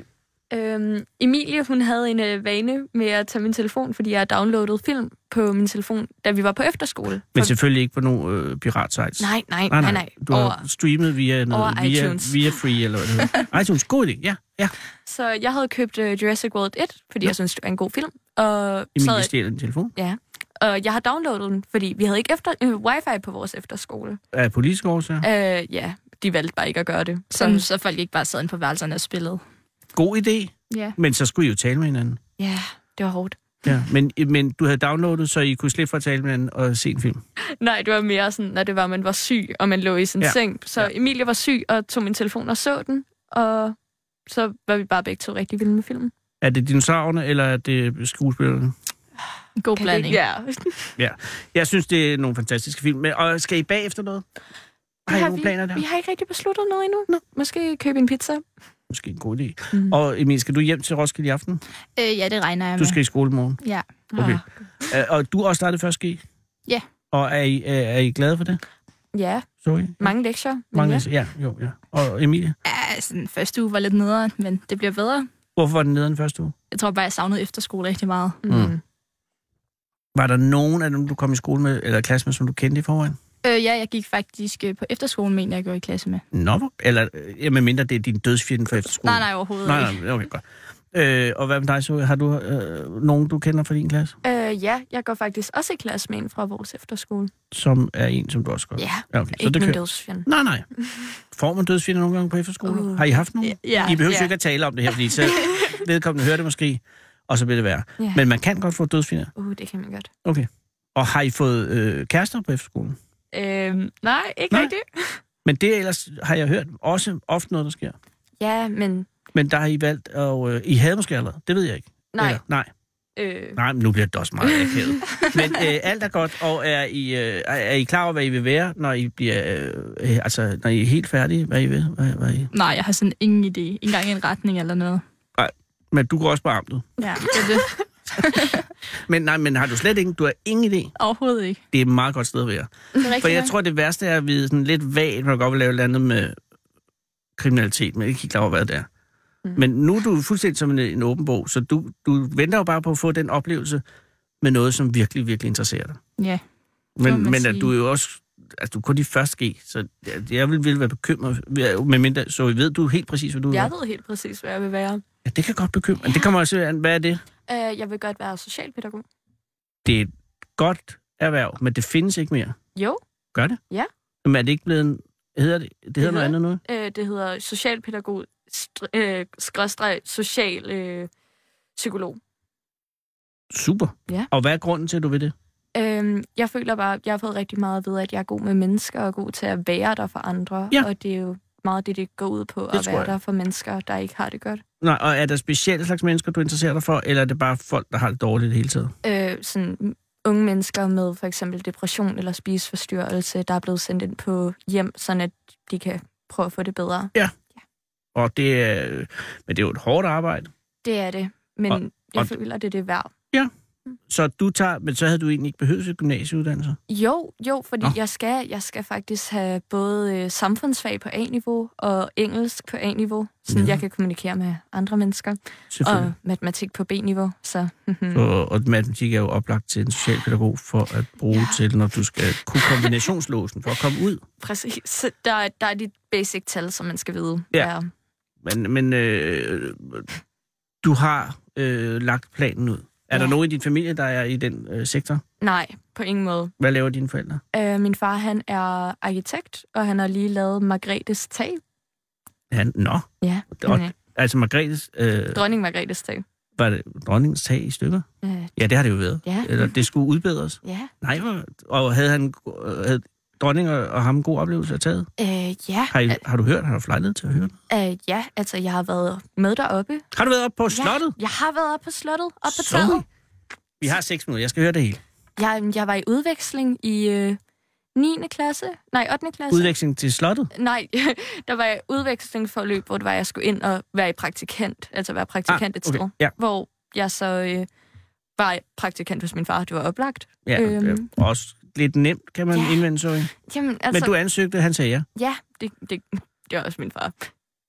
[SPEAKER 12] Øhm, Emilie, hun havde en øh, vane med at tage min telefon, fordi jeg downloadede film på min telefon, da vi var på efterskole.
[SPEAKER 5] Men
[SPEAKER 12] For...
[SPEAKER 5] selvfølgelig ikke på nogle øh, piratsites.
[SPEAKER 12] Nej, nej, nej, nej. nej.
[SPEAKER 5] Du har
[SPEAKER 12] over,
[SPEAKER 5] streamet via, noget, via,
[SPEAKER 12] iTunes.
[SPEAKER 5] via Free, eller hvad det hedder. iTunes, god idé, ja. ja.
[SPEAKER 12] Så jeg havde købt uh, Jurassic World et, fordi ja. jeg synes, det var en god film. Og
[SPEAKER 5] Emilie stjæler din telefon?
[SPEAKER 12] Ja. Og jeg har downloadet den, fordi vi havde ikke efter, øh, wifi på vores efterskole.
[SPEAKER 5] Af politiske årsager?
[SPEAKER 12] Øh, ja, de valgte bare ikke at gøre det.
[SPEAKER 11] Sådan, så folk ikke bare sad inde på værelserne og spillede.
[SPEAKER 5] God idé.
[SPEAKER 11] Ja.
[SPEAKER 5] Men så skulle I jo tale med hinanden.
[SPEAKER 12] Ja, det var hårdt.
[SPEAKER 5] Ja, men, men du havde downloadet, så I kunne slippe for at tale med hinanden og se en film?
[SPEAKER 12] Nej, det var mere sådan, når det var, man var syg, og man lå i sin
[SPEAKER 5] ja.
[SPEAKER 12] seng. Så ja. Emilie var syg og tog min telefon og så den, og så var vi bare begge to rigtig vilde med filmen.
[SPEAKER 5] Er det dinosaurerne, eller er det skuespillerne?
[SPEAKER 11] God blanding.
[SPEAKER 12] Ja.
[SPEAKER 5] ja. Jeg synes, det er nogle fantastiske film. Men, og skal I bagefter noget? Har I
[SPEAKER 12] har
[SPEAKER 5] nogle
[SPEAKER 12] vi,
[SPEAKER 5] planer der?
[SPEAKER 12] Vi har ikke rigtig besluttet noget endnu.
[SPEAKER 5] No.
[SPEAKER 12] Måske købe en pizza.
[SPEAKER 5] Måske en god idé. Mm. Og Emil, skal du hjem til Roskilde i aften?
[SPEAKER 11] Øh, ja, det regner jeg med.
[SPEAKER 5] Du skal i skole i morgen?
[SPEAKER 11] Ja.
[SPEAKER 5] Okay. Ah. Uh, og du har også startet første G?
[SPEAKER 11] Ja.
[SPEAKER 5] Og er I, er, er I glade for det?
[SPEAKER 12] Ja.
[SPEAKER 5] Sorry.
[SPEAKER 12] Mange lektier.
[SPEAKER 5] Mange
[SPEAKER 12] ja.
[SPEAKER 5] lektier, ja. Jo, ja. Og Emilie?
[SPEAKER 11] Ja, altså, den første uge var lidt nederen, men det bliver bedre.
[SPEAKER 5] Hvorfor var den nederen første uge?
[SPEAKER 11] Jeg tror bare, jeg savnede efterskole rigtig meget.
[SPEAKER 5] Mm. Mm. Var der nogen af dem, du kom i skole med, eller klasse med, som du kendte i forvejen?
[SPEAKER 11] Øh, ja, jeg gik faktisk øh, på efterskolen, mener jeg, jeg går i klasse med.
[SPEAKER 5] Nå, eller ja, med mindre det er din dødsfjende for efterskolen?
[SPEAKER 11] Nej, nej, overhovedet
[SPEAKER 5] nej,
[SPEAKER 11] ikke.
[SPEAKER 5] Nej, okay, godt. Øh, og hvad med dig, så? Har du øh, nogen, du kender fra din klasse?
[SPEAKER 12] Øh, ja, jeg går faktisk også i klasse med en fra vores efterskole.
[SPEAKER 5] Som er en, som du også går?
[SPEAKER 12] Ja,
[SPEAKER 5] ja okay.
[SPEAKER 12] ikke
[SPEAKER 5] så
[SPEAKER 12] min dødsfjende.
[SPEAKER 5] Nej, nej. Får man dødsfjende nogle gange på efterskole? Uh. Har I haft nogen?
[SPEAKER 12] Ja.
[SPEAKER 5] I behøver
[SPEAKER 12] ja.
[SPEAKER 5] ikke at tale om det her, fordi så vedkommende hører det måske, og så bliver det værre. Ja. Men man kan godt få dødsfjende?
[SPEAKER 12] Uh, det kan man godt.
[SPEAKER 5] Okay. Og har I fået øh, kærester på efterskolen?
[SPEAKER 12] Øhm, nej, ikke
[SPEAKER 5] nej.
[SPEAKER 12] rigtigt.
[SPEAKER 5] Men det ellers, har jeg hørt, også ofte noget, der sker.
[SPEAKER 12] Ja, men...
[SPEAKER 5] Men der har I valgt, og øh, I havde måske allerede, det ved jeg ikke.
[SPEAKER 12] Nej.
[SPEAKER 5] Eller, nej.
[SPEAKER 12] Øh...
[SPEAKER 5] Nej, men nu bliver det også meget akavet. Men øh, alt er godt, og er I, øh, er I klar over, hvad I vil være, når I bliver, øh, altså, når I er helt færdige, hvad I vil? Hvad, hvad I?
[SPEAKER 11] Nej, jeg har sådan ingen idé. Ikke engang en retning eller noget.
[SPEAKER 5] Nej, men du går også på amtet.
[SPEAKER 11] Ja, det er det.
[SPEAKER 5] men nej, men har du slet ikke, du har ingen idé?
[SPEAKER 11] Overhovedet ikke.
[SPEAKER 5] Det er et meget godt sted at være. For jeg tror, det værste er at vide sådan lidt vagt, man godt vil lave et eller andet med kriminalitet, men ikke helt klar over, hvad det er. Mm. Men nu er du fuldstændig som en, en åben bog, så du, du venter jo bare på at få den oplevelse med noget, som virkelig, virkelig interesserer dig.
[SPEAKER 11] Ja.
[SPEAKER 5] Men, men at du er jo også, altså du er kun de første G, så jeg, jeg vil, vil være bekymret, med mindre, så ved du helt præcis, hvad du vil
[SPEAKER 12] Jeg
[SPEAKER 5] være.
[SPEAKER 12] ved helt præcis, hvad jeg vil være.
[SPEAKER 5] Ja, det kan godt bekymre. Det kommer også an, hvad er det?
[SPEAKER 12] Uh, jeg vil godt være socialpædagog.
[SPEAKER 5] Det er et godt erhverv, men det findes ikke mere.
[SPEAKER 12] Jo.
[SPEAKER 5] Gør det?
[SPEAKER 12] Ja.
[SPEAKER 5] Men er det ikke blevet en, hedder det, det, det hedder noget andet nu?
[SPEAKER 12] Uh, det hedder socialpædagog, øh, skråstreg, social øh, psykolog.
[SPEAKER 5] Super.
[SPEAKER 12] Ja.
[SPEAKER 5] Og hvad er grunden til, at du vil det?
[SPEAKER 12] Øhm, jeg føler bare, at jeg har fået rigtig meget ved, at jeg er god med mennesker og god til at være der for andre.
[SPEAKER 5] Ja.
[SPEAKER 12] Og det er jo meget det, det går ud på,
[SPEAKER 5] det
[SPEAKER 12] at være der for mennesker, der ikke har det godt.
[SPEAKER 5] Nej, og er der specielle slags mennesker, du interesserer dig for, eller er det bare folk, der har det dårligt det hele tiden?
[SPEAKER 12] Øh, sådan unge mennesker med for eksempel depression eller spiseforstyrrelse, der er blevet sendt ind på hjem, sådan at de kan prøve at få det bedre.
[SPEAKER 5] Ja. Og det er, men det er jo et hårdt arbejde.
[SPEAKER 12] Det er det, men
[SPEAKER 5] og,
[SPEAKER 12] jeg
[SPEAKER 5] og,
[SPEAKER 12] føler, det er det værd.
[SPEAKER 5] Ja, så du tager, men så havde du egentlig ikke behøvet et gymnasieuddannelse?
[SPEAKER 12] Jo, jo, fordi jeg skal, jeg skal faktisk have både øh, samfundsfag på A-niveau og engelsk på A-niveau, så ja. jeg kan kommunikere med andre mennesker. Og matematik på B-niveau. Så,
[SPEAKER 5] og, og matematik er jo oplagt til en socialpædagog for at bruge ja. til, når du skal kunne kombinationslåsen for at komme ud.
[SPEAKER 12] Præcis. Så der, der er de basic tal, som man skal vide.
[SPEAKER 5] Ja.
[SPEAKER 12] Der.
[SPEAKER 5] Men, men øh, du har øh, lagt planen ud. Er ja. der nogen i din familie, der er i den øh, sektor?
[SPEAKER 12] Nej, på ingen måde.
[SPEAKER 5] Hvad laver dine forældre?
[SPEAKER 12] Øh, min far, han er arkitekt, og han har lige lavet Margrethes tag.
[SPEAKER 5] Han, nå.
[SPEAKER 12] Ja.
[SPEAKER 5] Og, altså Margrethes... Øh,
[SPEAKER 12] Dronning Margrethes tag.
[SPEAKER 5] Var det dronningens tag i stykker? Øh, ja, det har det jo været.
[SPEAKER 12] Ja.
[SPEAKER 5] Eller det skulle udbedres?
[SPEAKER 12] Ja.
[SPEAKER 5] Nej, og havde han... Havde dronning og ham en god oplevelse af taget?
[SPEAKER 12] Øh, ja.
[SPEAKER 5] Har, I, har du hørt? Har du flejlet til at høre det?
[SPEAKER 12] Øh, ja, altså jeg har været med deroppe.
[SPEAKER 5] Har du været oppe på slottet?
[SPEAKER 12] Ja, jeg har været oppe på slottet, op på
[SPEAKER 5] Så.
[SPEAKER 12] taget.
[SPEAKER 5] Vi har seks minutter, jeg skal høre det hele.
[SPEAKER 12] Jeg, jeg var i udveksling i øh, niende klasse. Nej, ottende klasse.
[SPEAKER 5] Udveksling til slottet?
[SPEAKER 12] Nej, der var jeg udvekslingsforløb, hvor det var, jeg skulle ind og være i praktikant. Altså være praktikant
[SPEAKER 5] ah,
[SPEAKER 12] et sted.
[SPEAKER 5] okay. Ja.
[SPEAKER 12] Hvor jeg så øh, var praktikant hos min far. Det var oplagt.
[SPEAKER 5] Ja, øhm, det er også lidt nemt, kan man ja. indvende sig.
[SPEAKER 12] Jamen, altså,
[SPEAKER 5] men du ansøgte, han sagde ja?
[SPEAKER 12] Ja, det, det, det var også min far.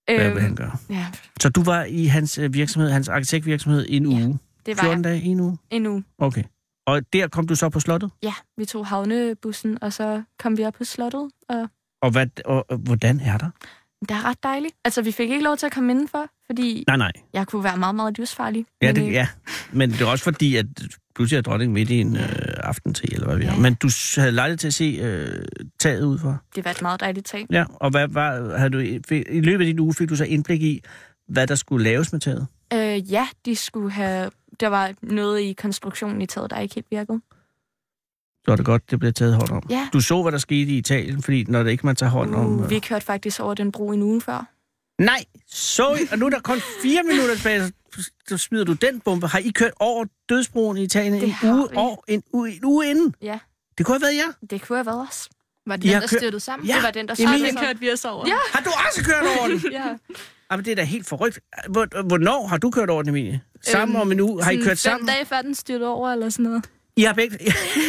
[SPEAKER 5] Hvad vil han gøre?
[SPEAKER 12] Ja.
[SPEAKER 5] Så du var i hans virksomhed, hans arkitektvirksomhed, i en uge?
[SPEAKER 12] Det var
[SPEAKER 5] fjorten
[SPEAKER 12] jeg.
[SPEAKER 5] dage i en uge?
[SPEAKER 12] En uge.
[SPEAKER 5] Okay. Og der kom du så på slottet?
[SPEAKER 12] Ja, vi tog havnebussen, og så kom vi op på slottet. Og,
[SPEAKER 5] og, hvad, og, og hvordan er der?
[SPEAKER 12] Det er ret dejligt. Altså, vi fik ikke lov til at komme indenfor, fordi
[SPEAKER 5] nej, nej.
[SPEAKER 12] jeg kunne være meget, meget livsfarlig.
[SPEAKER 5] Ja,
[SPEAKER 12] men,
[SPEAKER 5] det, ja. Men det er også fordi, at pludselig er dronningen midt i en øh, aftentid, eller hvad vi ja. har. Men du havde lejlighed til at se øh, taget ud for?
[SPEAKER 12] Det var et meget dejligt tag.
[SPEAKER 5] Ja, og hvad var, havde du, i løbet af din uge fik du så indblik i, hvad der skulle laves med taget?
[SPEAKER 12] Øh, ja, de skulle have... Der var noget i konstruktionen i taget, der ikke helt virkede.
[SPEAKER 5] Så var det godt, det blev taget hånd om.
[SPEAKER 12] Ja.
[SPEAKER 5] Du så, hvad der skete i Italien, fordi når det ikke man tager hånd om...
[SPEAKER 12] Uh,
[SPEAKER 5] øh...
[SPEAKER 12] Vi kørte faktisk over den bro en uge før.
[SPEAKER 5] Nej, så I, og nu er der kun fire minutter tilbage, så smider du den bombe. Har I kørt over dødsbroen i Italien en uge, år, en, uge, en uge inden?
[SPEAKER 12] Ja.
[SPEAKER 5] Det kunne have været jer. Ja.
[SPEAKER 12] Det kunne have været os.
[SPEAKER 11] Var det den, der styrtede sammen?
[SPEAKER 12] Ja. Det var den, der styrtede sammen.
[SPEAKER 11] kørte vi os over.
[SPEAKER 12] Ja.
[SPEAKER 5] Har du også kørt over den?
[SPEAKER 12] Ja.
[SPEAKER 5] Jamen, det er da helt forrygt. Hvornår har du kørt over den, Emilie? Sammen øhm, om en uge? Har I kørt sammen?
[SPEAKER 11] Fem dage før den styrtede over, eller sådan noget.
[SPEAKER 5] I har begge...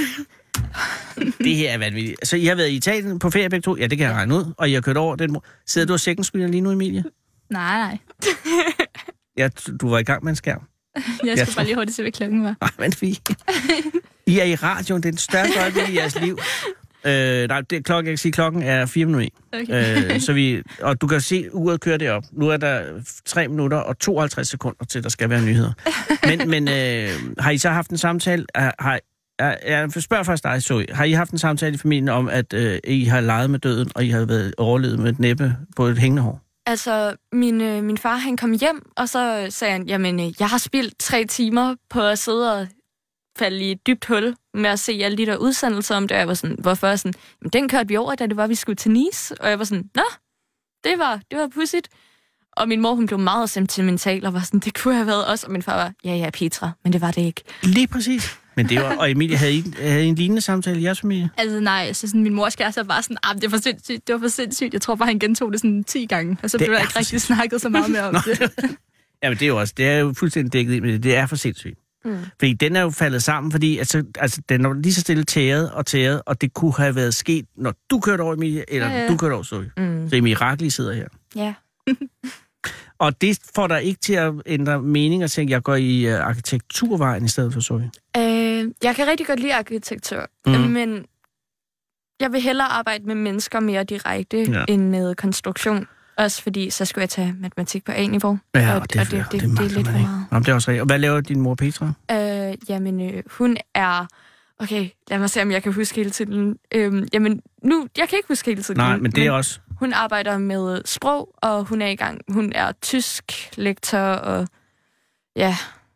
[SPEAKER 5] Det her er vanvittigt. Så I har været i Italien på ferie begge to? Ja, det kan jeg regne ud. Og I har kørt over den... Sidder du og sækkenskyder lige nu, Emilie?
[SPEAKER 11] Nej, nej.
[SPEAKER 5] Ja, du var i gang med en skærm.
[SPEAKER 11] Jeg skulle jeg bare lige hurtigt se, hvad klokken var.
[SPEAKER 5] Nej, men vi... I er i radioen. Det er den største øjeblik i jeres liv. Øh, nej, det, klokken, jeg kan sige, klokken er fire minutter i.
[SPEAKER 11] Okay.
[SPEAKER 5] Øh, så vi, og du kan se, uret kører det op. Nu er der tre minutter og tooghalvtreds sekunder til, der skal være nyheder. Men, men øh, har I så haft en samtale? Har, jeg spørger først dig, Zoe. Har I haft en samtale i familien om, at øh, I har leget med døden, og I har været overlevet med et næppe på et hængende hår?
[SPEAKER 12] Altså, min, øh, min far, han kom hjem, og så sagde han, jamen, øh, jeg har spildt tre timer på at sidde og falde i et dybt hul med at se alle de der udsendelser om det, og jeg var sådan, hvorfor? Sådan, jamen, den kørte vi over, da det var, vi skulle til Nice, og jeg var sådan, nå, det var, det var pudsigt. Og min mor, hun blev meget sentimental, og var sådan, det kunne have været os, og min far var, ja, ja, Petra, men det var det ikke.
[SPEAKER 5] Lige præcis. Men det var, og Emilie, havde I, havde I en lignende samtale i jeres familie?
[SPEAKER 11] Altså nej, så sådan, min mors kæreste var bare sådan, ah, det var for sindssygt, det var for sindssygt. Jeg tror bare, han gentog det sådan ti gange, og så blev der ikke rigtig snakket så meget mere om det.
[SPEAKER 5] Jamen det er jo også, det er jo fuldstændig dækket i, men det, det er for sindssygt. Mm. Fordi den er jo faldet sammen, fordi altså, altså, den er lige så stille tæret og tæret, og det kunne have været sket, når du kørte over, Emilie, eller ja, ja. du kørte over, Zoe. Mm. Så Emilie Rakli sidder her.
[SPEAKER 12] Ja.
[SPEAKER 5] Og det får dig ikke til at ændre mening og tænke, at jeg går i uh, arkitekturvejen i stedet for, Zoe?
[SPEAKER 12] Øh, jeg kan rigtig godt lide arkitektur, mm. men jeg vil hellere arbejde med mennesker mere direkte, ja. end med konstruktion. Også fordi, så skulle jeg tage matematik på A-niveau.
[SPEAKER 5] Ja,
[SPEAKER 12] og,
[SPEAKER 5] og det,
[SPEAKER 12] og det, det, det, det, det er lidt for meget.
[SPEAKER 5] Jamen, det er også rigtigt. Og hvad laver din mor, Petra?
[SPEAKER 12] Øh, jamen, øh, hun er... Okay, lad mig se, om jeg kan huske hele tiden. Øh, jamen, nu... Jeg kan ikke huske hele tiden.
[SPEAKER 5] Nej, men det er men også...
[SPEAKER 12] Hun arbejder med sprog, og hun er i gang... Hun er tysk lektor og... Ja,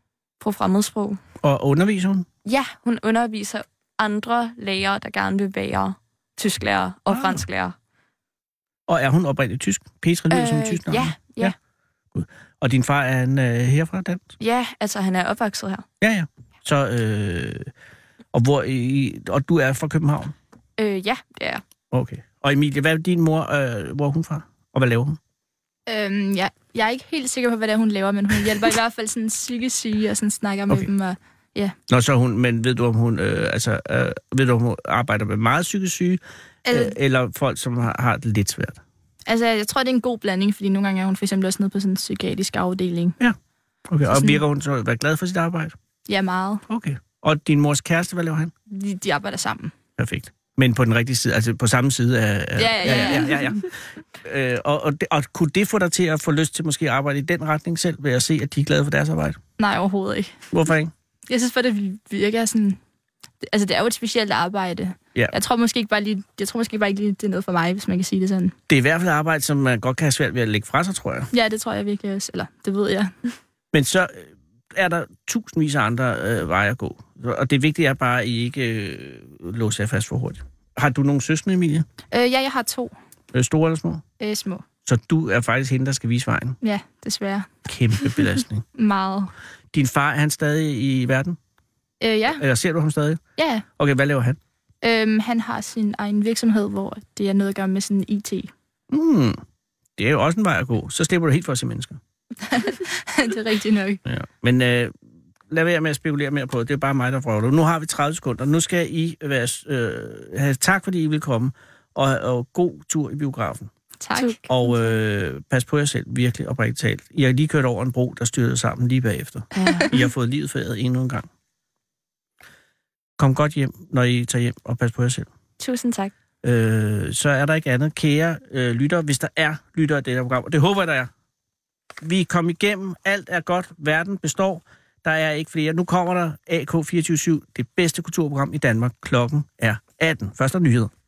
[SPEAKER 12] på fremmedsprog.
[SPEAKER 5] Og underviser hun?
[SPEAKER 12] Ja, hun underviser andre lærere, der gerne vil være tysklærer og ah. fransklærer.
[SPEAKER 5] Og er hun oprindeligt tysk? Petra lyder øh, som tysk navn?
[SPEAKER 12] Ja, ja.
[SPEAKER 5] ja. Og din far er han øh, herfra, dansk?
[SPEAKER 12] Ja, altså han er opvokset her.
[SPEAKER 5] Ja, ja. Så, øh, og, hvor I, og du er fra København?
[SPEAKER 12] Øh, ja, det er.
[SPEAKER 5] Okay. Og Emilie, hvad er din mor, øh, hvor er hun fra? Og hvad laver hun?
[SPEAKER 11] Øhm, ja, jeg er ikke helt sikker på, hvad det er, hun laver, men hun hjælper i hvert fald sådan psykisk syge og sådan snakker med okay. dem. Og, ja.
[SPEAKER 5] Nå, så hun, men ved du, om hun, øh, altså, øh, ved du, om hun arbejder med meget psykisk syge, øh, øh, eller folk, som har, har det lidt svært?
[SPEAKER 11] Altså, jeg tror, det er en god blanding, fordi nogle gange er hun for eksempel også nede på sådan en psykiatrisk afdeling.
[SPEAKER 5] Ja, okay. Og
[SPEAKER 11] sådan,
[SPEAKER 5] virker hun så at være glad for sit arbejde?
[SPEAKER 11] Ja, meget.
[SPEAKER 5] Okay. Og din mors kæreste, hvad laver han?
[SPEAKER 11] De, de arbejder sammen.
[SPEAKER 5] Perfekt. Men på den rigtige side, altså på samme side af... af
[SPEAKER 11] ja, ja, ja.
[SPEAKER 5] ja, ja, ja. øh, og, og, og kunne det få dig til at få lyst til måske at arbejde i den retning selv, ved at se, at de er glade for deres arbejde?
[SPEAKER 11] Nej, overhovedet ikke.
[SPEAKER 5] Hvorfor ikke?
[SPEAKER 11] Jeg synes, for det virker sådan... Altså, det er jo et specielt arbejde.
[SPEAKER 5] Ja. Jeg tror måske ikke bare lige,
[SPEAKER 11] jeg tror måske bare ikke lige, det er noget for mig, hvis man kan sige det sådan.
[SPEAKER 5] Det er i hvert fald et arbejde, som man godt kan have svært ved at lægge fra sig, tror jeg.
[SPEAKER 11] Ja, det tror jeg virkelig også. Eller, det ved jeg.
[SPEAKER 5] Men så er der tusindvis af andre øh, veje at gå. Og det vigtige er bare, at I ikke øh, låser jer fast for hurtigt. Har du nogle søskende, Emilie?
[SPEAKER 11] Øh, ja, jeg har to.
[SPEAKER 5] Øh, store eller små?
[SPEAKER 11] Øh, små.
[SPEAKER 5] Så du er faktisk hende, der skal vise vejen?
[SPEAKER 11] Ja, desværre.
[SPEAKER 5] Kæmpe belastning.
[SPEAKER 11] Meget.
[SPEAKER 5] Din far, er han stadig i verden?
[SPEAKER 11] Øh, ja.
[SPEAKER 5] Eller ser du ham stadig?
[SPEAKER 11] Ja.
[SPEAKER 5] Okay, hvad laver han?
[SPEAKER 11] Øhm, han har sin egen virksomhed, hvor det er noget at gøre med sådan I T.
[SPEAKER 5] Mm. Det er jo også en vej at gå. Så slipper du helt for at se mennesker.
[SPEAKER 11] Det er rigtigt nok.
[SPEAKER 5] Ja. Men øh, lad være med at spekulere mere på det. Det er bare mig, der frøver det. Nu har vi tredive sekunder. Nu skal I være, øh, have tak, fordi I vil komme. Og, og god tur i biografen.
[SPEAKER 11] Tak.
[SPEAKER 5] Og øh, pas på jer selv, virkelig oprigtigt talt. I har lige kørt over en bro, der styrtede sammen lige bagefter. Ja. I har fået livet foræret endnu en gang. Kom godt hjem, når I tager hjem, og pas på jer selv.
[SPEAKER 12] Tusind tak.
[SPEAKER 5] Øh, så er der ikke andet. Kære øh, lytter, hvis der er lytter af det her program, og det håber jeg, der er. Vi er kommet igennem, alt er godt, verden består, der er ikke flere. Nu kommer der A K fireogtyve syv, det bedste kulturprogram i Danmark. Klokken er atten. Først er nyheder.